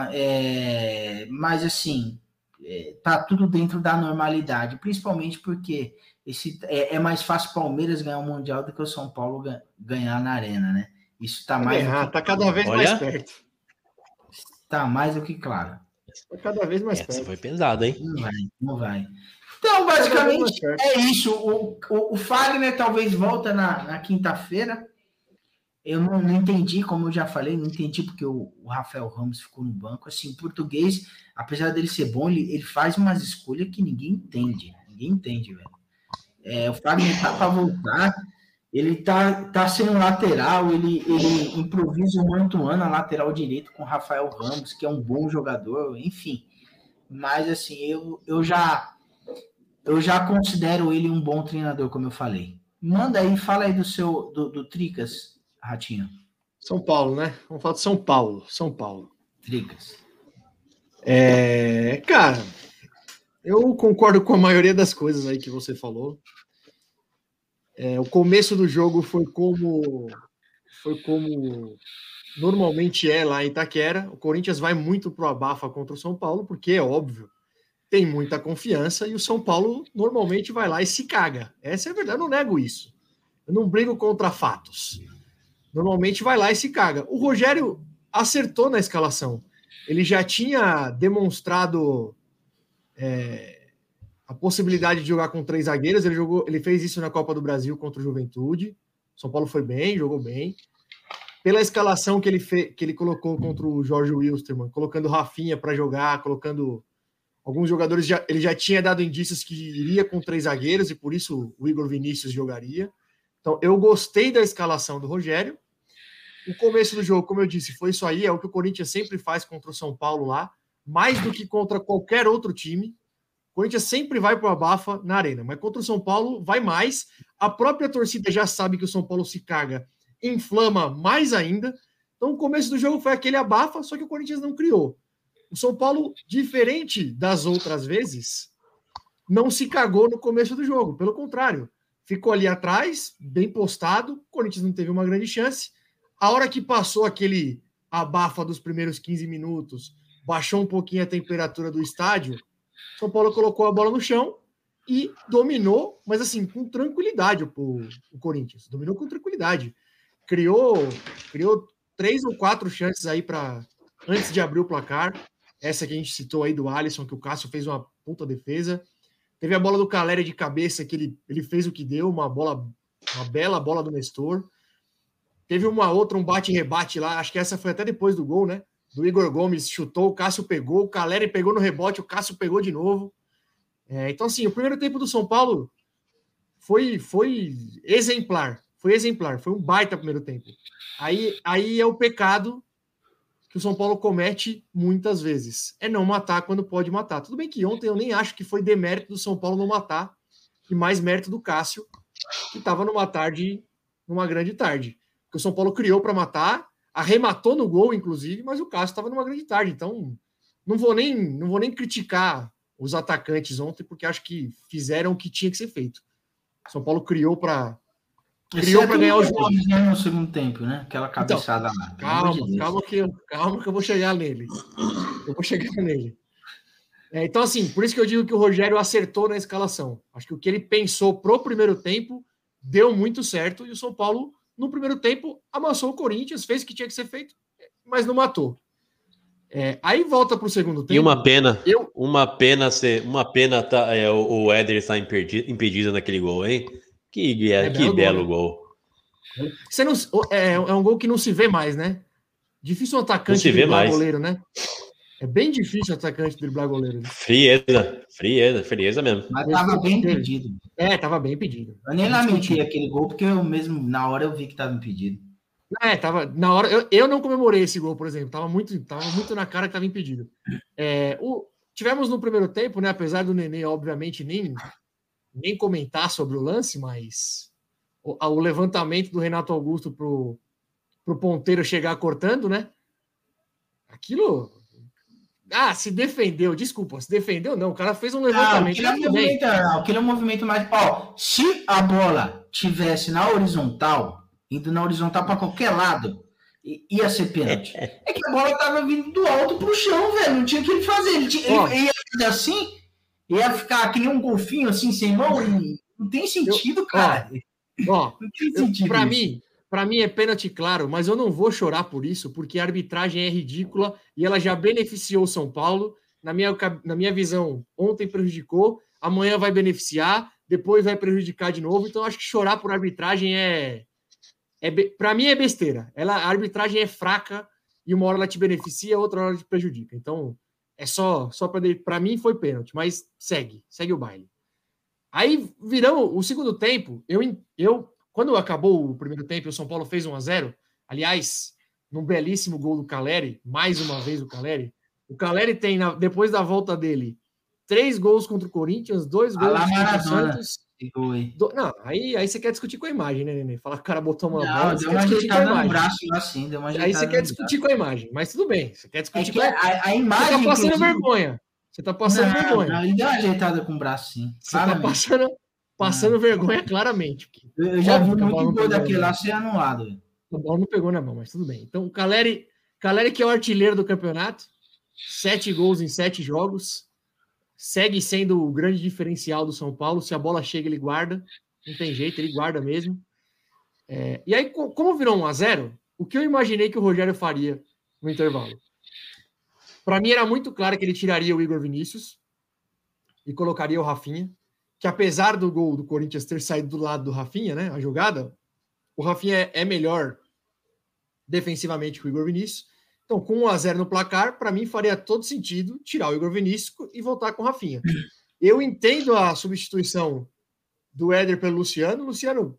Mas assim, tá tudo dentro da normalidade, principalmente porque é mais fácil o Palmeiras ganhar o Mundial do que o São Paulo ganhar na Arena, né? Isso tá mais... Tá cada vez mais perto. Tá mais do que claro. Cada vez mais perto. Essa foi pesada, hein? Não vai. Então, basicamente, é isso. O Fagner talvez volta na quinta-feira. Eu não entendi, como eu já falei, não entendi porque o Rafael Ramos ficou no banco. Assim, português, apesar dele ser bom, ele faz umas escolhas que ninguém entende. Ninguém entende, velho. O Fagner tá para voltar. Ele tá sendo lateral, ele improvisa o Mantuan na lateral direito com o Rafael Ramos, que é um bom jogador, enfim. Mas, assim, eu já considero ele um bom treinador, como eu falei. Manda aí, fala aí do Tricas, Ratinho. São Paulo, né? Vamos falar de São Paulo. Tricas. Cara, eu concordo com a maioria das coisas aí que você falou. O começo do jogo foi como normalmente é lá em Itaquera. O Corinthians vai muito pro abafa contra o São Paulo, porque é óbvio, tem muita confiança e o São Paulo normalmente vai lá e se caga. Essa é a verdade, eu não nego isso. Eu não brigo contra fatos. Normalmente vai lá e se caga. O Rogério acertou na escalação. Ele já tinha demonstrado a possibilidade de jogar com 3 zagueiros. Ele fez isso na Copa do Brasil contra o Juventude. São Paulo foi bem, jogou bem. Pela escalação que ele colocou contra o Jorge Wilstermann, colocando Rafinha para jogar, colocando alguns jogadores, ele já tinha dado indícios que iria com 3 zagueiros e por isso o Igor Vinícius jogaria. Então, eu gostei da escalação do Rogério. O começo do jogo, como eu disse, foi isso aí, é o que o Corinthians sempre faz contra o São Paulo lá, mais do que contra qualquer outro time. O Corinthians sempre vai para o abafa na arena, mas contra o São Paulo vai mais. A própria torcida já sabe que o São Paulo se caga, inflama mais ainda. Então, o começo do jogo foi aquele abafa, só que o Corinthians não criou. O São Paulo, diferente das outras vezes, não se cagou no começo do jogo. Pelo contrário, ficou ali atrás, bem postado. O Corinthians não teve uma grande chance. A hora que passou aquele abafa dos primeiros 15 minutos, baixou um pouquinho a temperatura do estádio, o São Paulo colocou a bola no chão e dominou, mas assim, com tranquilidade o Corinthians. Dominou com tranquilidade. Criou 3 ou 4 chances aí antes de abrir o placar. Essa que a gente citou aí do Alisson, que o Cássio fez uma puta defesa. Teve a bola do Calleri de cabeça, que ele fez o que deu, uma bela bola do Nestor. Teve um bate e rebate lá, acho que essa foi até depois do gol, né? Do Igor Gomes, chutou, o Cássio pegou, o Calleri pegou no rebote, o Cássio pegou de novo. Então, assim, o primeiro tempo do São Paulo foi exemplar. Foi exemplar, foi um baita primeiro tempo. Aí é o pecado que o São Paulo comete muitas vezes. É não matar quando pode matar. Tudo bem que ontem eu nem acho que foi demérito do São Paulo não matar, e mais mérito do Cássio, que estava numa grande tarde. Porque o São Paulo criou para matar, arrematou no gol, inclusive, mas o Cássio estava numa grande tarde. Então, não vou nem criticar os atacantes ontem, porque acho que fizeram o que tinha que ser feito. O São Paulo criou para ganhar o jogo. No segundo tempo, né? Aquela cabeçada lá. Calma que eu vou chegar nele. Então, assim, por isso que eu digo que o Rogério acertou na escalação. Acho que o que ele pensou pro primeiro tempo deu muito certo, e o São Paulo, no primeiro tempo, amassou o Corinthians, fez o que tinha que ser feito, mas não matou. Aí volta para o segundo tempo. E uma pena o Éder estar impedido naquele gol, hein? Que belo gol. Você não, é um gol que não se vê mais, né? Difícil um atacante driblar goleiro, né? É bem difícil o atacante driblar goleiro. Né? Frieza mesmo. Mas tava bem impedido. Tava bem impedido. Eu nem lamentei aquele gol, porque eu mesmo, na hora, eu vi que tava impedido. Tava na hora. Eu não comemorei esse gol, por exemplo. Tava muito na cara que tava impedido. Tivemos no primeiro tempo, né? Apesar do Nenê, obviamente, nem comentar sobre o lance, mas o levantamento do Renato Augusto pro ponteiro chegar cortando, né? Aquilo. Se defendeu, desculpa, se defendeu não, o cara fez um levantamento. Aquele é um movimento mais... se a bola tivesse na horizontal, indo na horizontal para qualquer lado, ia ser pênalti. É que a bola tava vindo do alto pro chão, velho, não tinha o que ele fazer. Ele ia fazer assim, ia ficar que nem um golfinho, assim, sem mão, e não tem sentido, cara. Não tem sentido. Para mim é pênalti, claro, mas eu não vou chorar por isso, porque a arbitragem é ridícula e ela já beneficiou o São Paulo. Na minha visão, ontem prejudicou, amanhã vai beneficiar, depois vai prejudicar de novo. Então, acho que chorar por arbitragem para mim é besteira. A arbitragem é fraca e uma hora ela te beneficia, outra hora ela te prejudica. Então, é só para mim foi pênalti, mas segue o baile. Aí virou o segundo tempo, quando acabou o primeiro tempo e o São Paulo fez 1-0, aliás, num belíssimo gol do Calleri, mais uma vez o Calleri tem, depois da volta dele, 3 gols contra o Corinthians, 2 gols contra o Santos. Não, aí você quer discutir com a imagem, né, Nenê? Fala que o cara botou uma bola, você quer discutir com a imagem. Assim, aí você quer discutir com a imagem, mas tudo bem, você quer discutir com a imagem. Você tá passando vergonha. Você tá passando vergonha. Não, ele deu uma ajeitada com o braço, sim. Você tá passando vergonha claramente. Eu já vi muito gol daquele lá ser anulado. A bola não pegou na mão, mas tudo bem. Então, o Calleri, que é o artilheiro do campeonato, 7 gols em 7 jogos, segue sendo o grande diferencial do São Paulo. Se a bola chega, ele guarda. Não tem jeito, ele guarda mesmo. E aí, como virou 1-0, o que eu imaginei que o Rogério faria no intervalo? Para mim, era muito claro que ele tiraria o Igor Vinícius e colocaria o Rafinha, que apesar do gol do Corinthians ter saído do lado do Rafinha, né, a jogada, o Rafinha é melhor defensivamente que o Igor Vinícius. Então, com 1-0 no placar, para mim faria todo sentido tirar o Igor Vinícius e voltar com o Rafinha. Eu entendo a substituição do Éder pelo Luciano. O Luciano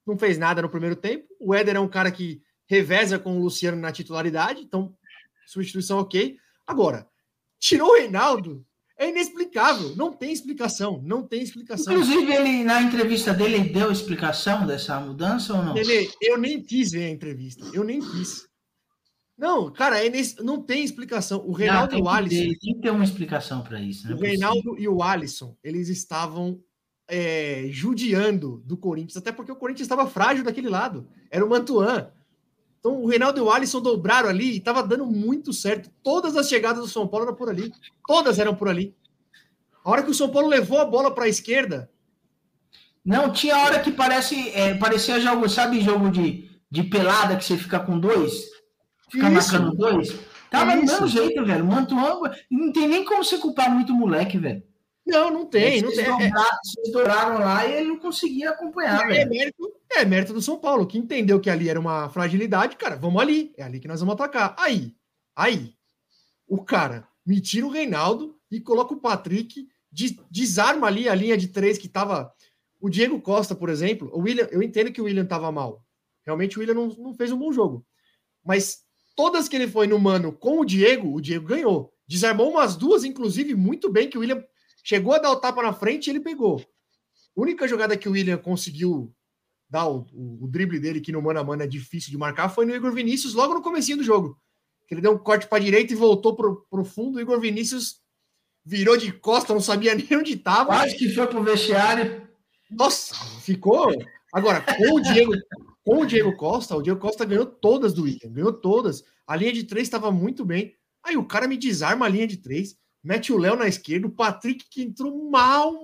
não fez nada no primeiro tempo. O Éder é um cara que reveza com o Luciano na titularidade, então substituição ok. Agora, tirou o Reinaldo, é inexplicável, não tem explicação. Inclusive, ele, na entrevista dele, ele deu explicação dessa mudança ou não? Eu nem quis ver a entrevista, eu nem quis. Não, cara, não tem explicação. O Reinaldo e o Alisson... Tem que ter uma explicação para isso. O Reinaldo e o Alisson, eles estavam judiando do Corinthians, até porque o Corinthians estava frágil daquele lado. Era o Mantuan. Então, o Reinaldo e o Alisson dobraram ali e estava dando muito certo. Todas as chegadas do São Paulo eram por ali. Todas eram por ali. A hora que o São Paulo levou a bola para a esquerda... Não, tinha hora que parecia jogo, sabe, jogo de pelada que você fica com dois? Fica marcando dois? Tava do mesmo jeito, velho. Mantuan, não tem nem como você culpar muito o moleque, velho. Não tem. Vocês dobraram lá e ele não conseguia acompanhar, velho. É mérito do São Paulo, que entendeu que ali era uma fragilidade, cara, vamos ali, é ali que nós vamos atacar. Aí, o cara me tira o Reinaldo e coloca o Patrick, desarma ali a linha de 3 que tava... O Diego Costa, por exemplo, o William, eu entendo que o William tava mal. Realmente o William não fez um bom jogo. Mas todas que ele foi no mano com o Diego ganhou. Desarmou umas duas, inclusive, muito bem, que o William chegou a dar o tapa na frente e ele pegou. A única jogada que o William conseguiu dar o drible dele, que no mano a mano é difícil de marcar, foi no Igor Vinícius, logo no comecinho do jogo. Que ele deu um corte para a direita e voltou pro fundo. O Igor Vinícius virou de costa, não sabia nem onde estava. Quase que foi pro vestiário. Nossa, ficou... Agora, com o Diego Costa ganhou todas do William, ganhou todas. A linha de 3 estava muito bem. Aí o cara me desarma a linha de 3, mete o Léo na esquerda, o Patrick que entrou mal.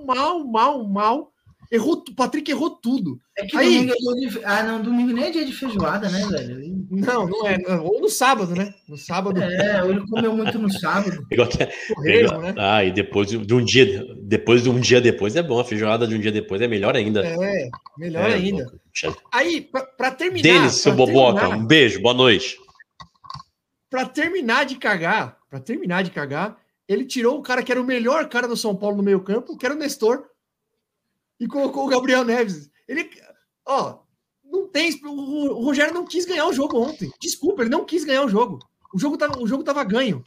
O Patrick errou tudo. É que domingo domingo nem é dia de feijoada, né, velho? Não é. Ou no sábado, né? No sábado. Ele comeu muito no sábado. Né? E depois de um dia depois é bom. A feijoada de um dia depois é melhor ainda. Melhor ainda. Aí, para terminar... Denis, seu boboca, um beijo, boa noite. Para terminar de cagar, ele tirou o cara que era o melhor cara do São Paulo no meio campo, que era o Nestor, e colocou o Gabriel Neves. Não tem... O Rogério não quis ganhar o jogo ontem. Desculpa, ele não quis ganhar o jogo. O jogo tava ganho.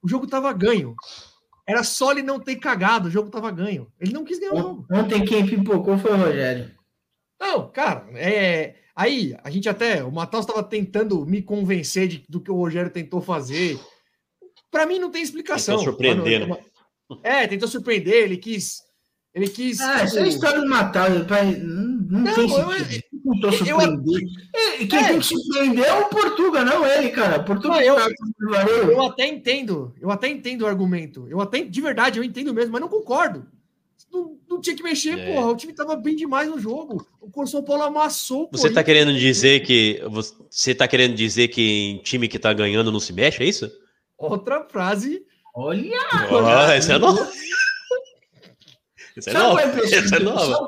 Era só ele não ter cagado, o jogo tava ganho. Ele não quis ganhar o jogo. Ontem quem pipocou foi o Rogério. Não, cara, aí a gente o Matheus estava tentando me convencer do que o Rogério tentou fazer. Para mim não tem explicação. Tentou surpreender, né? Tentou surpreender, ele quis... Essa é a história do Matheus. Não tem sentido. Tentou surpreender. Quem tem que surpreender é o Portuga, não ele, cara. Portuga eu até entendo o argumento. De verdade, eu entendo mesmo, mas não concordo. Não tinha que mexer, porra. O time tava bem demais no jogo. O São Paulo amassou. Você tá querendo dizer que em time que tá ganhando não se mexe, é isso? Outra frase. Olha! Essa é nova. Essa é nova.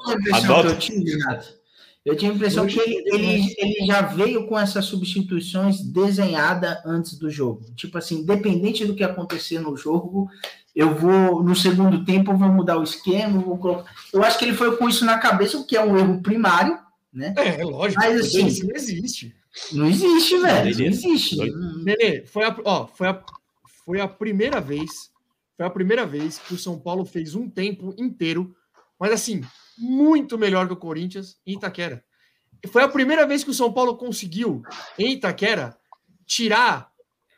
Eu tinha a impressão que ele já veio com essas substituições desenhadas antes do jogo. Tipo assim, independente do que acontecer no jogo, eu vou, no segundo tempo, eu vou mudar o esquema, eu acho que ele foi com isso na cabeça, o que é um erro primário, né? Lógico. Mas assim, isso não existe. Não existe, velho. Não existe. Nenê, foi a primeira vez que o São Paulo fez um tempo inteiro, mas assim, muito melhor que o Corinthians em Itaquera. Foi a primeira vez que o São Paulo conseguiu, em Itaquera, tirar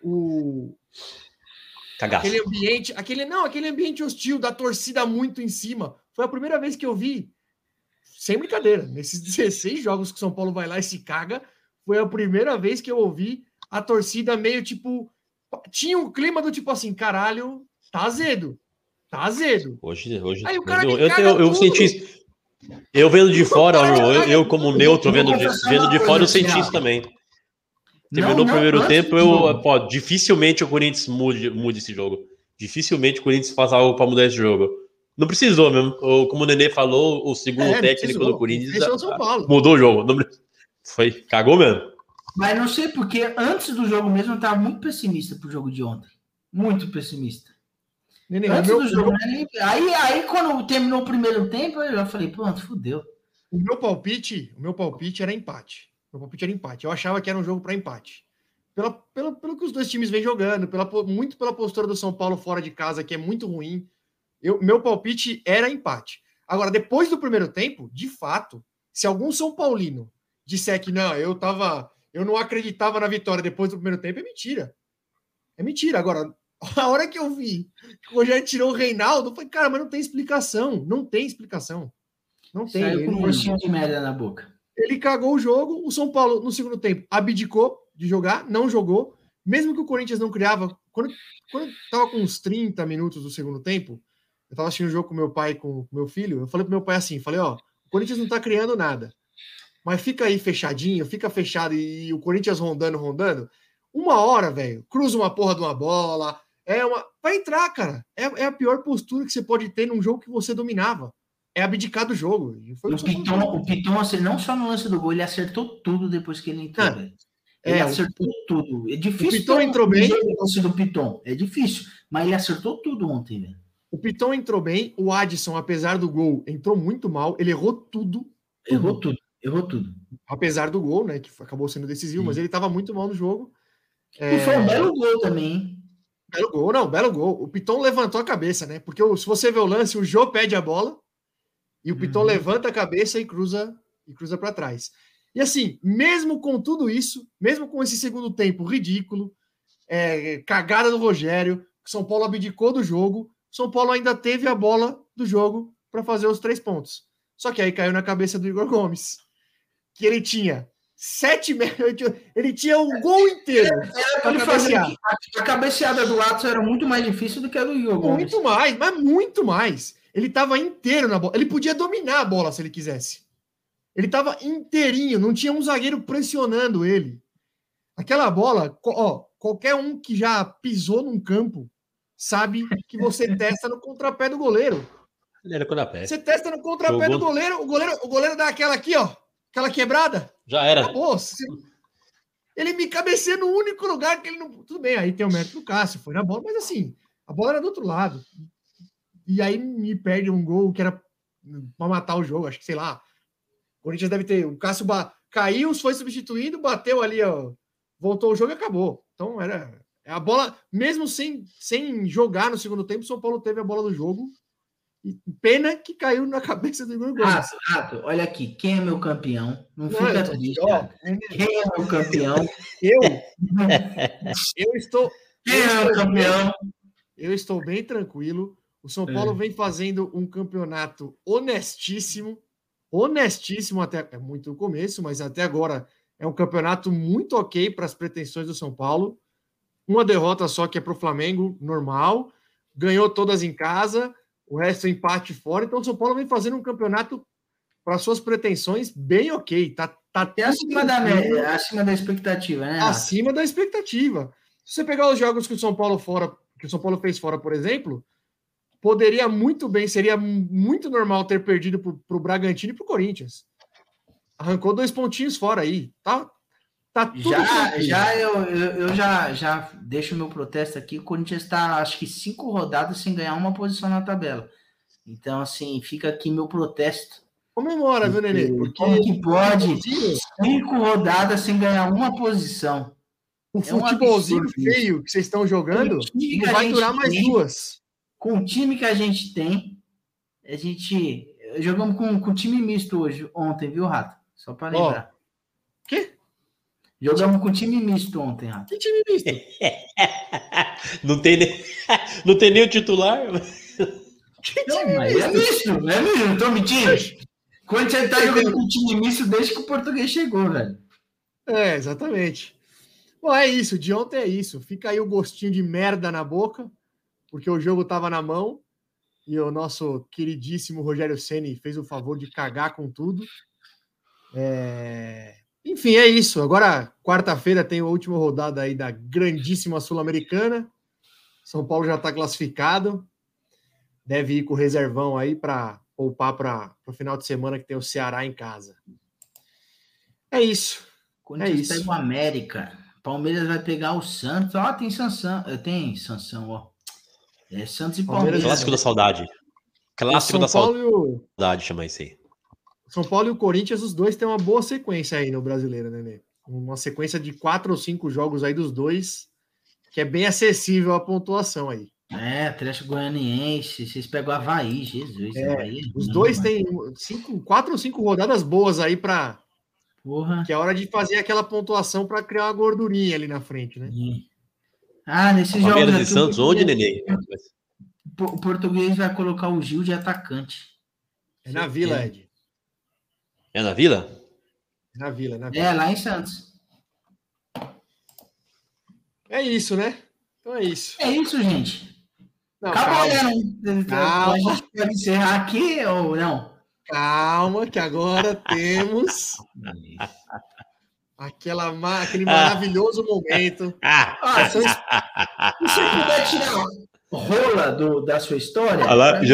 aquele ambiente hostil da torcida muito em cima. Foi a primeira vez que eu vi, sem brincadeira, nesses 16 jogos que o São Paulo vai lá e se caga, foi a primeira vez que eu ouvi a torcida meio tipo... Tinha um clima do tipo assim, caralho, tá azedo. Hoje aí o cara eu senti isso. Eu vendo de fora, eu como neutro, vendo de fora, eu senti isso também. Terminou o primeiro tempo, dificilmente o Corinthians mude esse jogo. Dificilmente o Corinthians faz algo para mudar esse jogo. Não precisou mesmo. Como o Nenê falou, o segundo técnico do Corinthians mudou o jogo. Cagou mesmo. Mas não sei porque antes do jogo mesmo eu estava muito pessimista pro jogo de ontem. Muito pessimista. Antes do jogo, aí quando terminou o primeiro tempo, eu já falei, pronto, fudeu. O meu palpite era empate. Eu achava que era um jogo para empate. Pelo que os dois times vêm jogando, muito pela postura do São Paulo fora de casa, que é muito ruim. Meu palpite era empate. Agora, depois do primeiro tempo, de fato, se algum São Paulino disser que não, eu não acreditava na vitória depois do primeiro tempo, é mentira. É mentira. Agora, a hora que eu vi que o Rogério tirou o Reinaldo, eu falei, cara, mas não tem explicação. Não tem explicação. Não tem. Saiu com um gostinho de merda na boca. Ele cagou o jogo, o São Paulo, no segundo tempo, abdicou de jogar, não jogou. Mesmo que o Corinthians não criava... Quando estava com uns 30 minutos do segundo tempo, eu estava assistindo o jogo com meu pai e com meu filho, eu falei pro meu pai assim, ó, o Corinthians não está criando nada, mas fica aí fechadinho, fica fechado e o Corinthians rondando, uma hora, velho, cruza uma porra de uma bola, vai entrar, cara. É a pior postura que você pode ter num jogo que você dominava. É abdicar do jogo. O Piton, assim, não só no lance do gol, ele acertou tudo depois que ele entrou, velho. Ele acertou tudo. É difícil. O Piton entrou bem. Do Piton. É difícil, mas ele acertou tudo ontem, velho. O Piton entrou bem. O Adson, apesar do gol, entrou muito mal. Ele errou tudo. Errou tudo. Apesar do gol, né? Que acabou sendo decisivo, mas ele estava muito mal no jogo. E foi um belo gol também, hein? Belo gol. O Piton levantou a cabeça, né? Porque se você vê o lance, o Jô pede a bola e o Piton levanta a cabeça e cruza para trás. E assim, mesmo com tudo isso, mesmo com esse segundo tempo ridículo, cagada do Rogério, São Paulo abdicou do jogo, São Paulo ainda teve a bola do jogo para fazer os 3 pontos. Só que aí caiu na cabeça do Igor Gomes, que ele tinha 7 metros, ele tinha um gol inteiro. A cabeceada do Atos era muito mais difícil do que a do Igor Gomes. Muito mais, mas muito mais. Ele estava inteiro na bola. Ele podia dominar a bola se ele quisesse. Ele estava inteirinho, não tinha um zagueiro pressionando ele. Aquela bola, qualquer um que já pisou num campo sabe que você testa no contrapé do goleiro. Era contrapé. Você testa no contrapé do goleiro, o goleiro dá aquela aqui, ó, aquela quebrada. Já era. Acabou. Ele me cabeceia no único lugar que ele não... Tudo bem, aí tem o mérito do Cássio, foi na bola, mas assim, a bola era do outro lado. E aí me perde um gol que era para matar o jogo, acho que, sei lá, o Corinthians deve ter... O Cássio caiu, foi substituído, bateu ali, ó, voltou o jogo e acabou. Então, era... A bola, mesmo sem jogar no segundo tempo, o São Paulo teve a bola do jogo. E pena que caiu na cabeça do Igor Gomes. Rato, olha aqui, quem é meu campeão? Não fica triste. Quem é meu campeão? Eu estou... Quem é meu campeão? Eu estou bem tranquilo. O São Paulo vem fazendo um campeonato honestíssimo até... É muito no começo, mas até agora é um campeonato muito ok para as pretensões do São Paulo. Uma derrota só que é para o Flamengo, normal. Ganhou todas em casa, o resto empate fora. Então o São Paulo vem fazendo um campeonato para suas pretensões bem ok. Tá acima da expectativa, né? Acima da expectativa. Se você pegar os jogos que o São Paulo fez fora, por exemplo, seria muito normal ter perdido para o Bragantino e para o Corinthians. Arrancou 2 pontinhos fora aí. Tá tudo eu já deixo meu protesto aqui. O Corinthians está, acho que 5 rodadas sem ganhar uma posição na tabela. Então, assim, fica aqui meu protesto. Comemora, viu, Nenê? Porque como que pode 5 rodadas sem ganhar uma posição? O futebolzinho feio que vocês estão jogando não vai durar mais 2. Com o time que a gente tem, jogamos com time misto ontem, viu, Rato? Só para lembrar. Quê? Jogamos com time misto ontem, Rato. Que time misto? Não tem nem o titular. Não, mas é misto, não tô mentindo. Quando você tá jogando com time misto desde que o português chegou, velho. Exatamente. Bom, é isso, de ontem é isso. Fica aí o gostinho de merda na boca, porque o jogo tava na mão e o nosso queridíssimo Rogério Ceni fez o favor de cagar com tudo. Enfim, é isso. Agora, quarta-feira, tem a última rodada aí da grandíssima Sul-Americana. São Paulo já está classificado. Deve ir com o reservão aí para poupar para o final de semana que tem o Ceará em casa. É isso. Corinthians pega o América. Palmeiras vai pegar o Santos. Tem Sansão, ó. Santos e Palmeiras. Clássico da saudade. Clássico da saudade, chama isso aí. São Paulo e o Corinthians, os dois têm uma boa sequência aí no Brasileiro, né, Nenê? Uma sequência de 4 ou 5 jogos aí dos dois, que é bem acessível a pontuação aí. Atlético Goianiense, vocês pegam o Avaí, Jesus. Avaí os dois têm 4 ou 5 rodadas boas aí para... Porra. Que é hora de fazer aquela pontuação para criar uma gordurinha ali na frente, né? Nesses jogos... Palmeiras e Santos, onde, Nenê? O Português vai colocar o Gil de atacante. É na Vila, Ed. É na Vila? Na Vila. Lá em Santos. É isso, né? Então é isso. É isso, gente. Não, acabou, calma. A gente pode encerrar aqui ou não? Calma, que agora temos aquele maravilhoso momento. Se você puder tirar rola da sua história,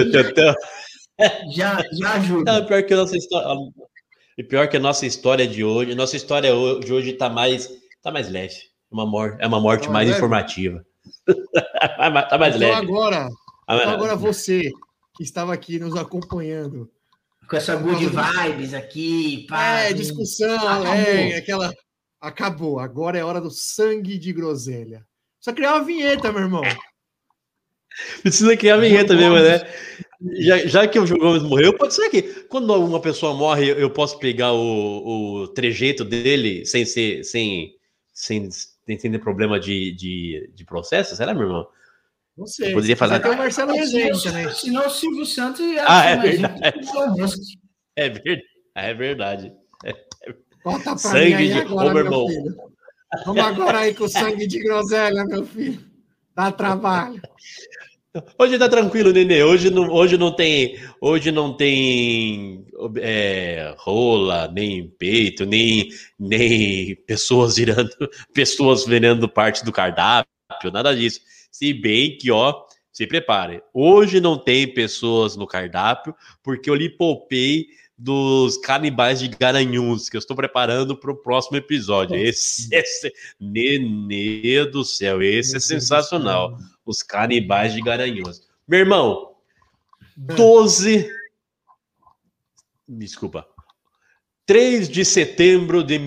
já ajuda. Não, pior que a nossa história. E pior que a nossa história de hoje. Nossa história de hoje tá mais leve. É uma morte mais informativa. Tá mais leve. Agora você que estava aqui nos acompanhando. Com essa good vibes aqui. Discussão, aquela... Acabou. Agora é hora do sangue de groselha. Só criar uma vinheta, meu irmão. Precisa criar a vinheta mesmo, né? Já que o João Gomes morreu, pode ser que quando uma pessoa morre, eu posso pegar o trejeito dele sem ter problema de processo? Será, meu irmão? Não sei. Poderia falar. Até o Marcelo Rezende também. Senão o Silvio Santos é verdade. É verdade. Bota pra sangue mim aí de agora, meu irmão. Filho. Vamos agora aí com o sangue de groselha, meu filho. Dá trabalho. Hoje tá tranquilo, Nenê. Hoje não tem rola, nem peito, nem pessoas vendendo parte do cardápio, nada disso. Se bem que, se prepare. Hoje não tem pessoas no cardápio, porque eu lhe poupei dos canibais de Garanhuns, que eu estou preparando para o próximo episódio. Esse Nenê do céu, esse é sensacional. Os canibais de Garanhuns. Meu irmão, 3 de setembro de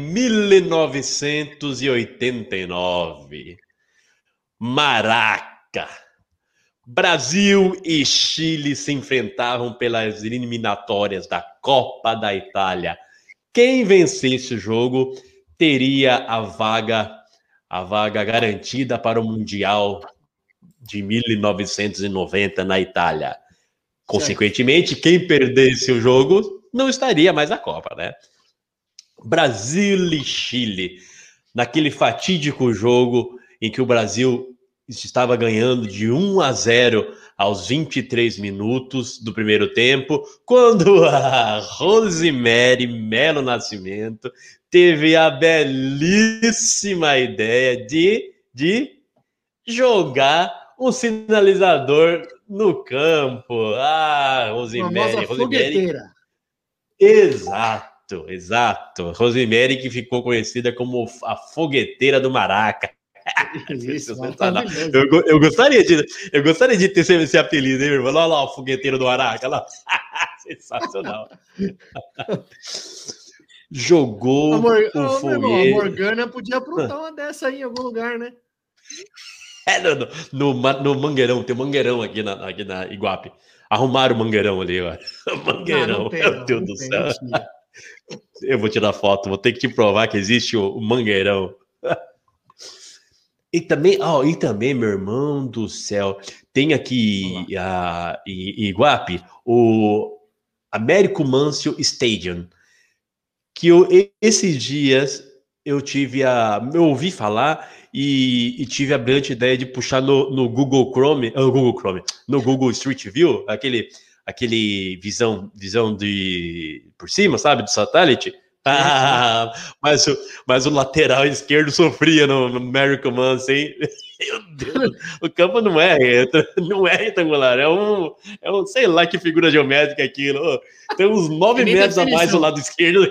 1989. Maraca. Brasil e Chile se enfrentavam pelas eliminatórias da Copa da Itália. Quem vencesse o jogo teria a vaga garantida para o Mundial de 1990 na Itália. Consequentemente, quem perdesse o jogo não estaria mais na Copa, né? Brasil e Chile, naquele fatídico jogo em que o Brasil estava ganhando de 1-0 aos 23 minutos do primeiro tempo, quando a Rosemary Melo Nascimento teve a belíssima ideia de jogar um sinalizador no campo. Rosemary. Fogueteira. Exato. Rosemary, que ficou conhecida como a fogueteira do Maraca. Isso, eu gostaria de ter esse apelido, hein, meu irmão? Olha lá, o fogueteiro do Araca. Lá. Sensacional. Jogou o foguete. A Morgana podia aprontar uma dessa aí em algum lugar, né? No Mangueirão, tem um Mangueirão aqui na Iguape. Arrumaram o Mangueirão ali, ó. Mangueirão, meu Deus do céu. Eu vou tirar foto, vou ter que te provar que existe o Mangueirão. E também, meu irmão do céu, tem aqui em Iguape o Américo Mâncio Stadium, que esses dias eu ouvi falar e tive a brilhante ideia de puxar no Google Chrome, no Google Street View, aquele visão por cima, sabe, do satélite. Mas o lateral esquerdo sofria no Américo Mâncio, hein? Meu Deus, o campo não é retangular, é um sei lá que figura geométrica aquilo. Tem uns 9 metros a mais do lado esquerdo.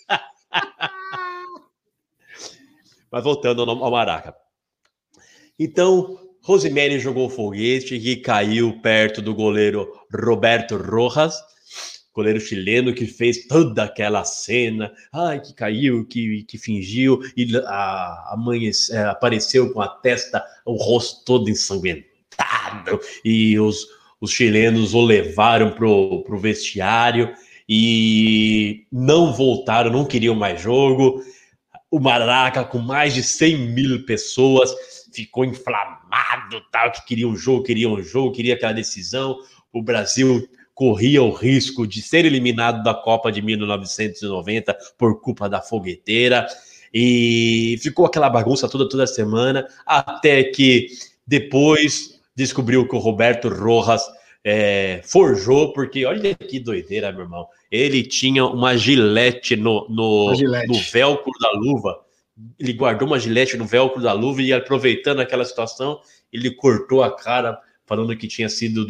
Mas voltando ao Maraca. Então, Rosemary jogou o foguete que caiu perto do goleiro Roberto Rojas. goleiro chileno que fez toda aquela cena, que caiu, que fingiu, e apareceu com a testa, o rosto todo ensanguentado, e os chilenos o levaram pro vestiário, e não voltaram, não queriam mais jogo. O Maraca, com mais de 100 mil pessoas, ficou inflamado, tal, que queria um jogo, queria aquela decisão. O Brasil corria o risco de ser eliminado da Copa de 1990 por culpa da fogueteira, e ficou aquela bagunça toda semana, até que depois descobriu que o Roberto Rojas forjou, porque olha que doideira, meu irmão, ele tinha uma gilete no velcro da luva, ele guardou uma gilete no velcro da luva e, aproveitando aquela situação, ele cortou a cara, falando que tinha sido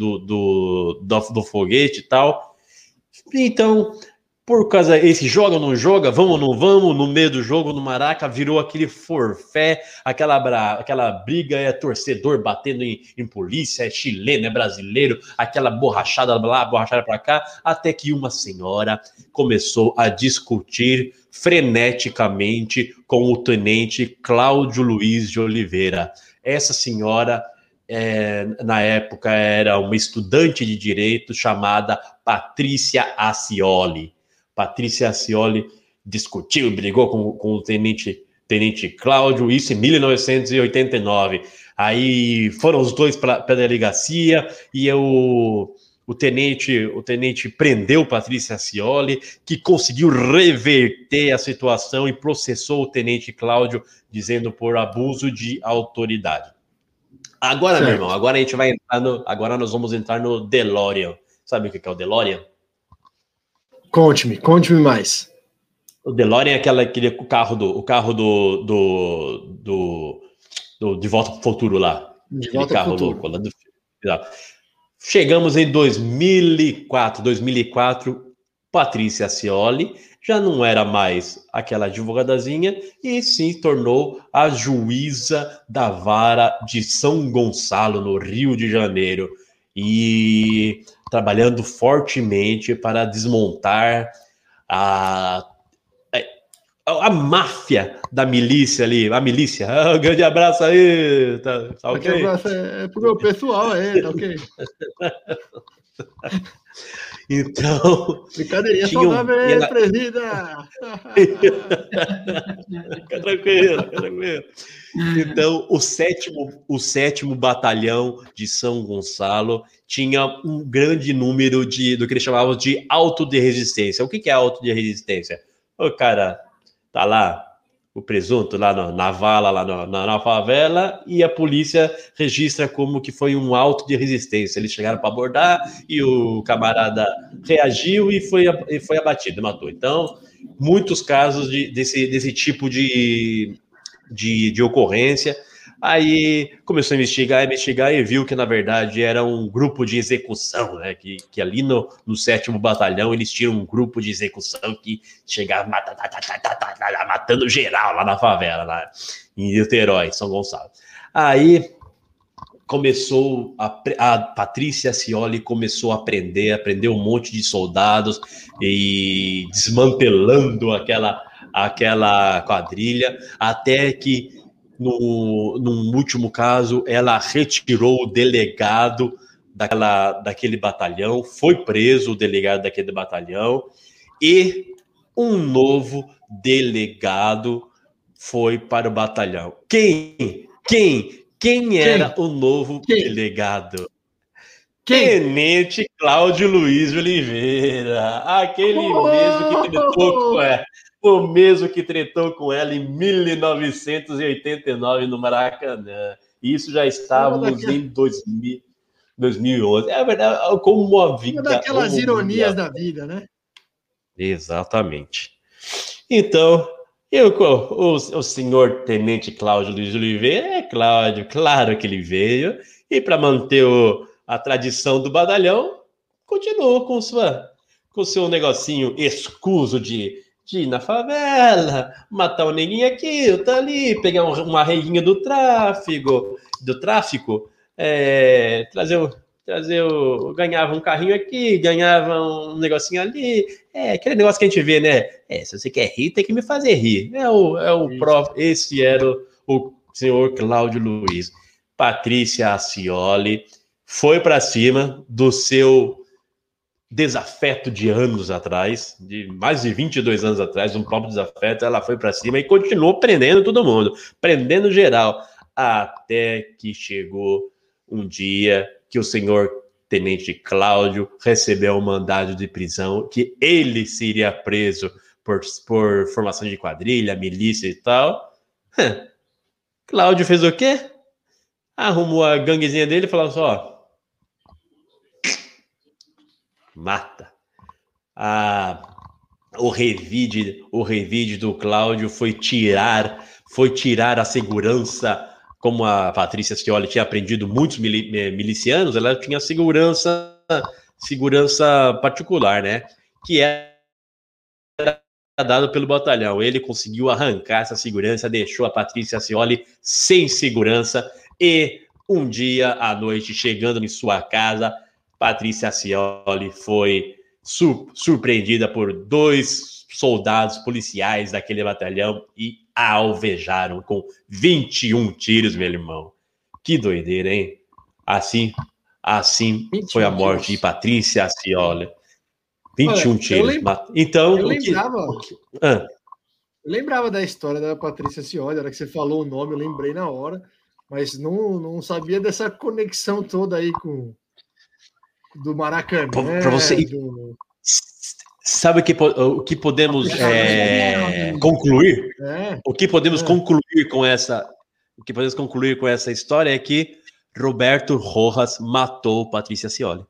do foguete e tal. Então, por causa esse joga ou não joga, vamos ou não vamos, no meio do jogo, no Maraca, virou aquele forfé, aquela briga, torcedor batendo em polícia, chileno, brasileiro, aquela borrachada lá, borrachada pra cá, até que uma senhora começou a discutir freneticamente com o tenente Cláudio Luiz de Oliveira. Essa senhora, na época, era uma estudante de direito chamada Patrícia Acioli. Patrícia Acioli discutiu, brigou com o tenente Cláudio, isso em 1989. Aí foram os dois para a delegacia e o tenente prendeu Patrícia Acioli, que conseguiu reverter a situação e processou o tenente Cláudio, dizendo por abuso de autoridade. Agora, certo, meu irmão, agora a gente vai entrar agora nós vamos entrar no DeLorean. Sabe o que é o DeLorean? Conte-me mais. O DeLorean é aquele carro do De Volta para o Futuro lá. De Volta para o Futuro. Louco, lá chegamos em 2004, Patrícia Acioli já não era mais aquela advogadazinha e sim tornou a juíza da vara de São Gonçalo, no Rio de Janeiro, e trabalhando fortemente para desmontar a máfia da milícia ali, a milícia. Um grande abraço aí, tá ok? Um abraço pro meu pessoal aí, tá ok? Então... Brincadeirinha saudável, presida! Fica tranquilo. Então, o sétimo batalhão de São Gonçalo tinha um grande número do que eles chamavam de auto de resistência. O que é auto de resistência? O cara tá lá, o presunto lá na vala, lá na favela, e a polícia registra como que foi um auto de resistência. Eles chegaram para abordar e o camarada reagiu e foi abatido, matou. Então, muitos casos desse tipo de ocorrência. Aí começou a investigar e viu que, na verdade, era um grupo de execução, né? Que ali no 7º Batalhão eles tinham um grupo de execução que chegava matando geral lá na favela, lá em Niterói, São Gonçalo. Aí começou a Patrícia Acioli começou a aprendeu um monte de soldados e desmantelando aquela quadrilha, até que num último caso ela retirou o delegado daquele batalhão, foi preso o delegado daquele batalhão e um novo delegado foi para o batalhão. Quem era o novo delegado? Tenente Cláudio Luiz de Oliveira, aquele mesmo que tretou com ela em 1989 no Maracanã. Isso já estávamos em 2011. É verdade, como uma vida... Uma daquelas ironias da vida, né? Exatamente. Então, o senhor Tenente Cláudio Luiz de Oliveira, claro que ele veio, e para manter a tradição do batalhão, continuou com seu negocinho escuso de ir na favela, matar um neguinho aqui, outro ali, pegar uma reguinha do tráfico, trazer ganhava um carrinho aqui, ganhava um negocinho ali. Aquele negócio que a gente vê, né? Se você quer rir, tem que me fazer rir. Esse era o senhor Cláudio Luiz. Patrícia Acioli foi para cima do seu desafeto de anos atrás, de mais de 22 anos atrás, um próprio desafeto. Ela foi para cima e continuou prendendo todo mundo, prendendo geral, até que chegou um dia que o senhor Tenente Cláudio recebeu um mandado de prisão, que ele seria preso por formação de quadrilha, milícia e tal. Cláudio fez o quê? Arrumou a ganguezinha dele e falou assim, mata. O revide do Cláudio foi tirar a segurança. Como a Patrícia Acioli tinha aprendido muitos milicianos, ela tinha segurança particular, né? Que era dado pelo batalhão. Ele conseguiu arrancar essa segurança, deixou a Patrícia Acioli sem segurança, e um dia à noite, chegando em sua casa, Patrícia Acioli foi surpreendida por 2 soldados policiais daquele batalhão e a alvejaram com 21 tiros, meu irmão. Que doideira, hein? Assim foi a morte de Patrícia Acioli. 21 tiros. Então, eu lembrava da história da Patrícia Acioli, na hora que você falou o nome, eu lembrei na hora, mas não sabia dessa conexão toda aí com do Maracanã. Para você... Sabe o que podemos concluir? O que podemos concluir com essa? O que podemos concluir com essa história é que Roberto Rojas matou Patrícia Acioli.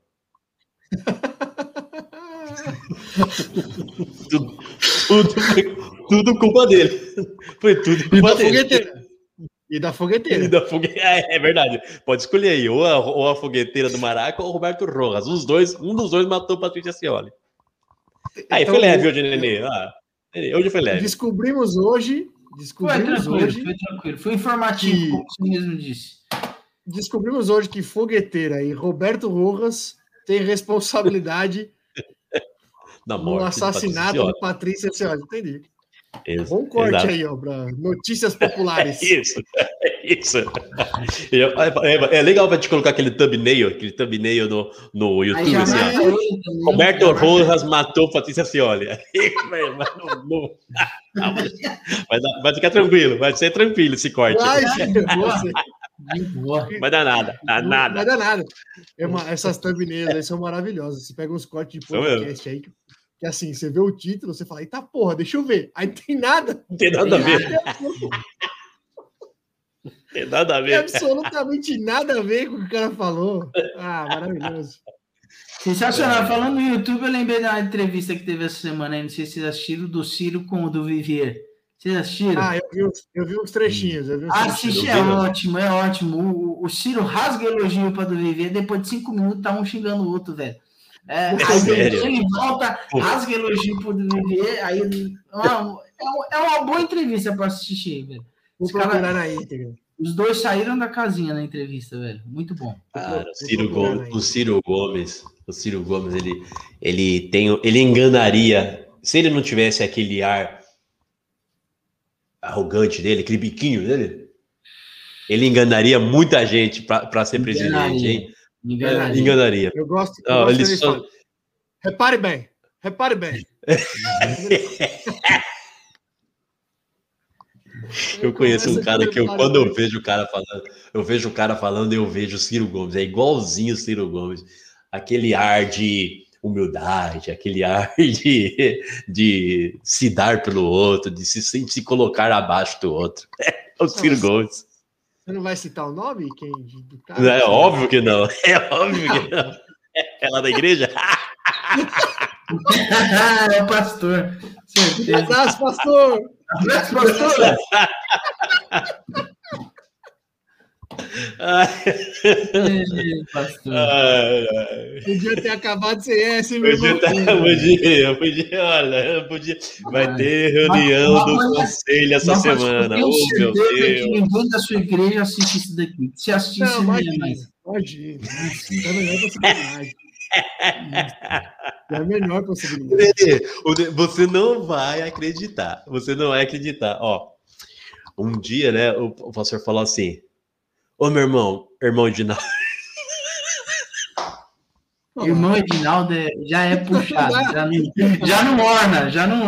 tudo culpa dele. Foi tudo culpa dele. E da fogueteira. É verdade. Pode escolher aí, ou a fogueteira do Maraca ou o Roberto Rojas. Um dos dois matou Patrícia Acioli. Aí então, foi leve hoje, Nenê. Hoje foi leve. Descobrimos hoje. Foi tranquilo. Foi informativo, como você mesmo disse. Descobrimos hoje que fogueteira e Roberto Rojas têm responsabilidade no assassinato de Patrícia Acioli. Entendi. Bom corte aí, para notícias populares. Isso. É legal pra te colocar aquele thumbnail no YouTube. Assim, Roberto Rojas matou Patrícia Acioli. Vai ficar tranquilo, vai ser tranquilo esse corte. Vai dar nada. Vai dar nada. Essas thumbnails aí são maravilhosas. Você pega uns cortes de podcast aí que assim, você vê o título, você fala, eita porra, deixa eu ver. Aí não tem nada. Não tem nada a ver. Tem nada a ver. Tem absolutamente nada a ver com o que o cara falou. Maravilhoso. Sensacional. Falando no YouTube, eu lembrei da entrevista que teve essa semana aí, não sei se vocês assistiram, do Ciro com o do Vivier. Vocês assistiram? Eu vi uns trechinhos. Assiste, é ótimo. O Ciro rasga elogio para do Vivier, depois de 5 minutos tá um xingando o outro, velho. Ele volta, rasga elogio pro Vivier, aí é uma boa entrevista para assistir, velho. Vou procurar na íntegra. Os dois saíram da casinha na entrevista, velho. Muito bom. Cara, o Ciro Gomes, ele enganaria, se ele não tivesse aquele ar arrogante dele, aquele biquinho dele, ele enganaria muita gente para ser presidente, hein? Enganaria. Eu gosto Repare bem. Eu conheço um cara que quando eu vejo o cara falando, eu vejo o Ciro Gomes. É igualzinho o Ciro Gomes. Aquele ar de humildade, aquele ar de se dar pelo outro, de se colocar abaixo do outro. É o Ciro Gomes. Você não vai citar o nome do cara? É óbvio que não. É lá da igreja? É o pastor. Certeza. Abraço, pastor! Abraço, pastor! Podia ter acabado sem essa, meu irmão. Podia. Vai ter reunião do conselho essa semana. Eu tenho certeza que ninguém da sua igreja assiste isso daqui. Se assistir, Imagina. É a melhor possibilidade. É a melhor possibilidade. Você não vai acreditar. Você não vai acreditar. Ó, um dia, né, o pastor falou assim: ô, meu irmão Edinaldo. Irmão Edinaldo já é puxado. Já não orna.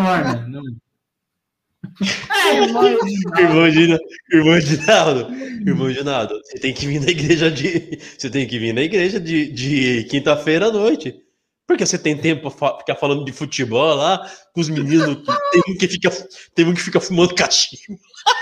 Irmão Edinaldo, você tem que vir na igreja de quinta-feira à noite. Porque você tem tempo pra ficar falando de futebol lá com os meninos tem um que fica fumando cachimbo.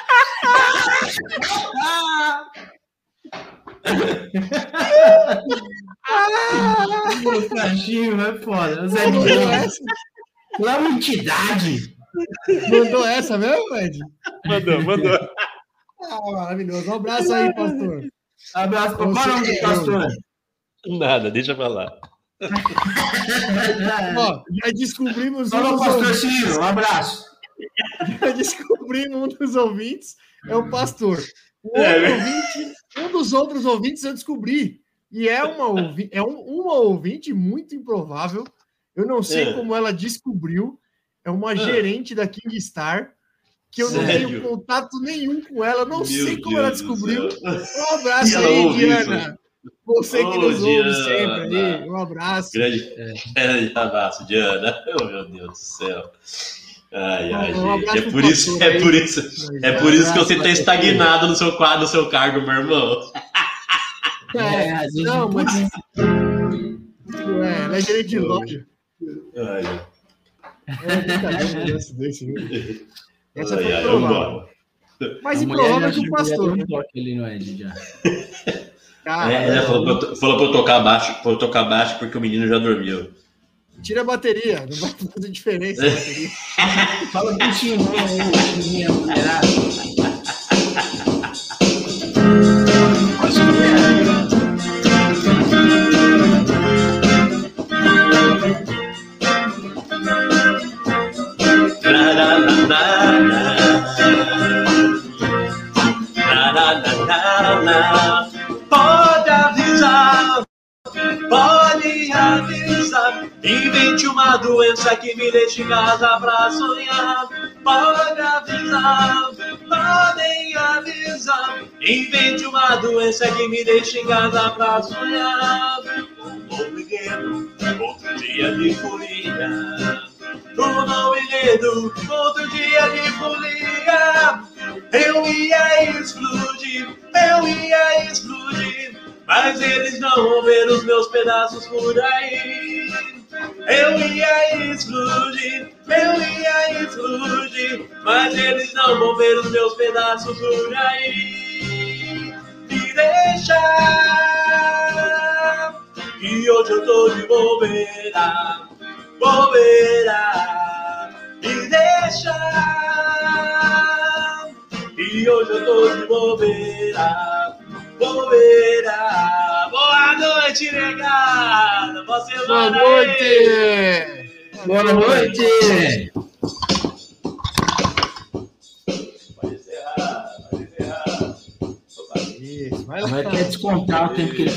O cachimbo é foda. Zé lá uma entidade. Mandou essa mesmo, Ed? Mandou. Maravilhoso. Um abraço aí, pastor. Abraço para o pastor. Nada, deixa pra lá. Ó, já descobrimos pastor Ciro, um abraço. Já descobrimos um dos ouvintes, é o pastor. Um dos outros ouvintes eu descobri. E é uma ouvinte muito improvável. Eu não sei como ela descobriu. É uma gerente da Kingstar, que eu não tenho contato nenhum com ela. Não sei como ela descobriu. Um abraço aí, Diana. Você que nos ouve sempre aí. Um abraço. Grande abraço, Diana. Oh, meu Deus do céu. Ai, gente. É por isso que você está estagnado no seu quadro, no seu cargo, meu irmão. Não, mas... ela é gerente de loja. Essa foi provável. Mais improvável que o pastor. Ele não é já. Ela falou pra eu tocar baixo porque o menino já dormiu. Tira a bateria, não vai fazer diferença a bateria. Fala pro Chininho aí, Chininho, mulherada. Pode avisar, invente uma doença que me deixe em casa pra sonhar. Pode avisar, podem avisar, invente uma doença que me deixe em casa pra sonhar. Um novo enredo, outro dia de folia. Um novo enredo, outro dia de folia. Eu ia explodir, mas eles não vão ver os meus pedaços por aí. Eu ia explodir, mas eles não vão ver os meus pedaços por aí. Me deixa, e hoje eu tô de bobeira. Me deixa, e hoje eu tô de bobeira. Boa noite, negada. Boa noite. Boa noite. Pode encerrar. Isso, vai descontar o tempo que ele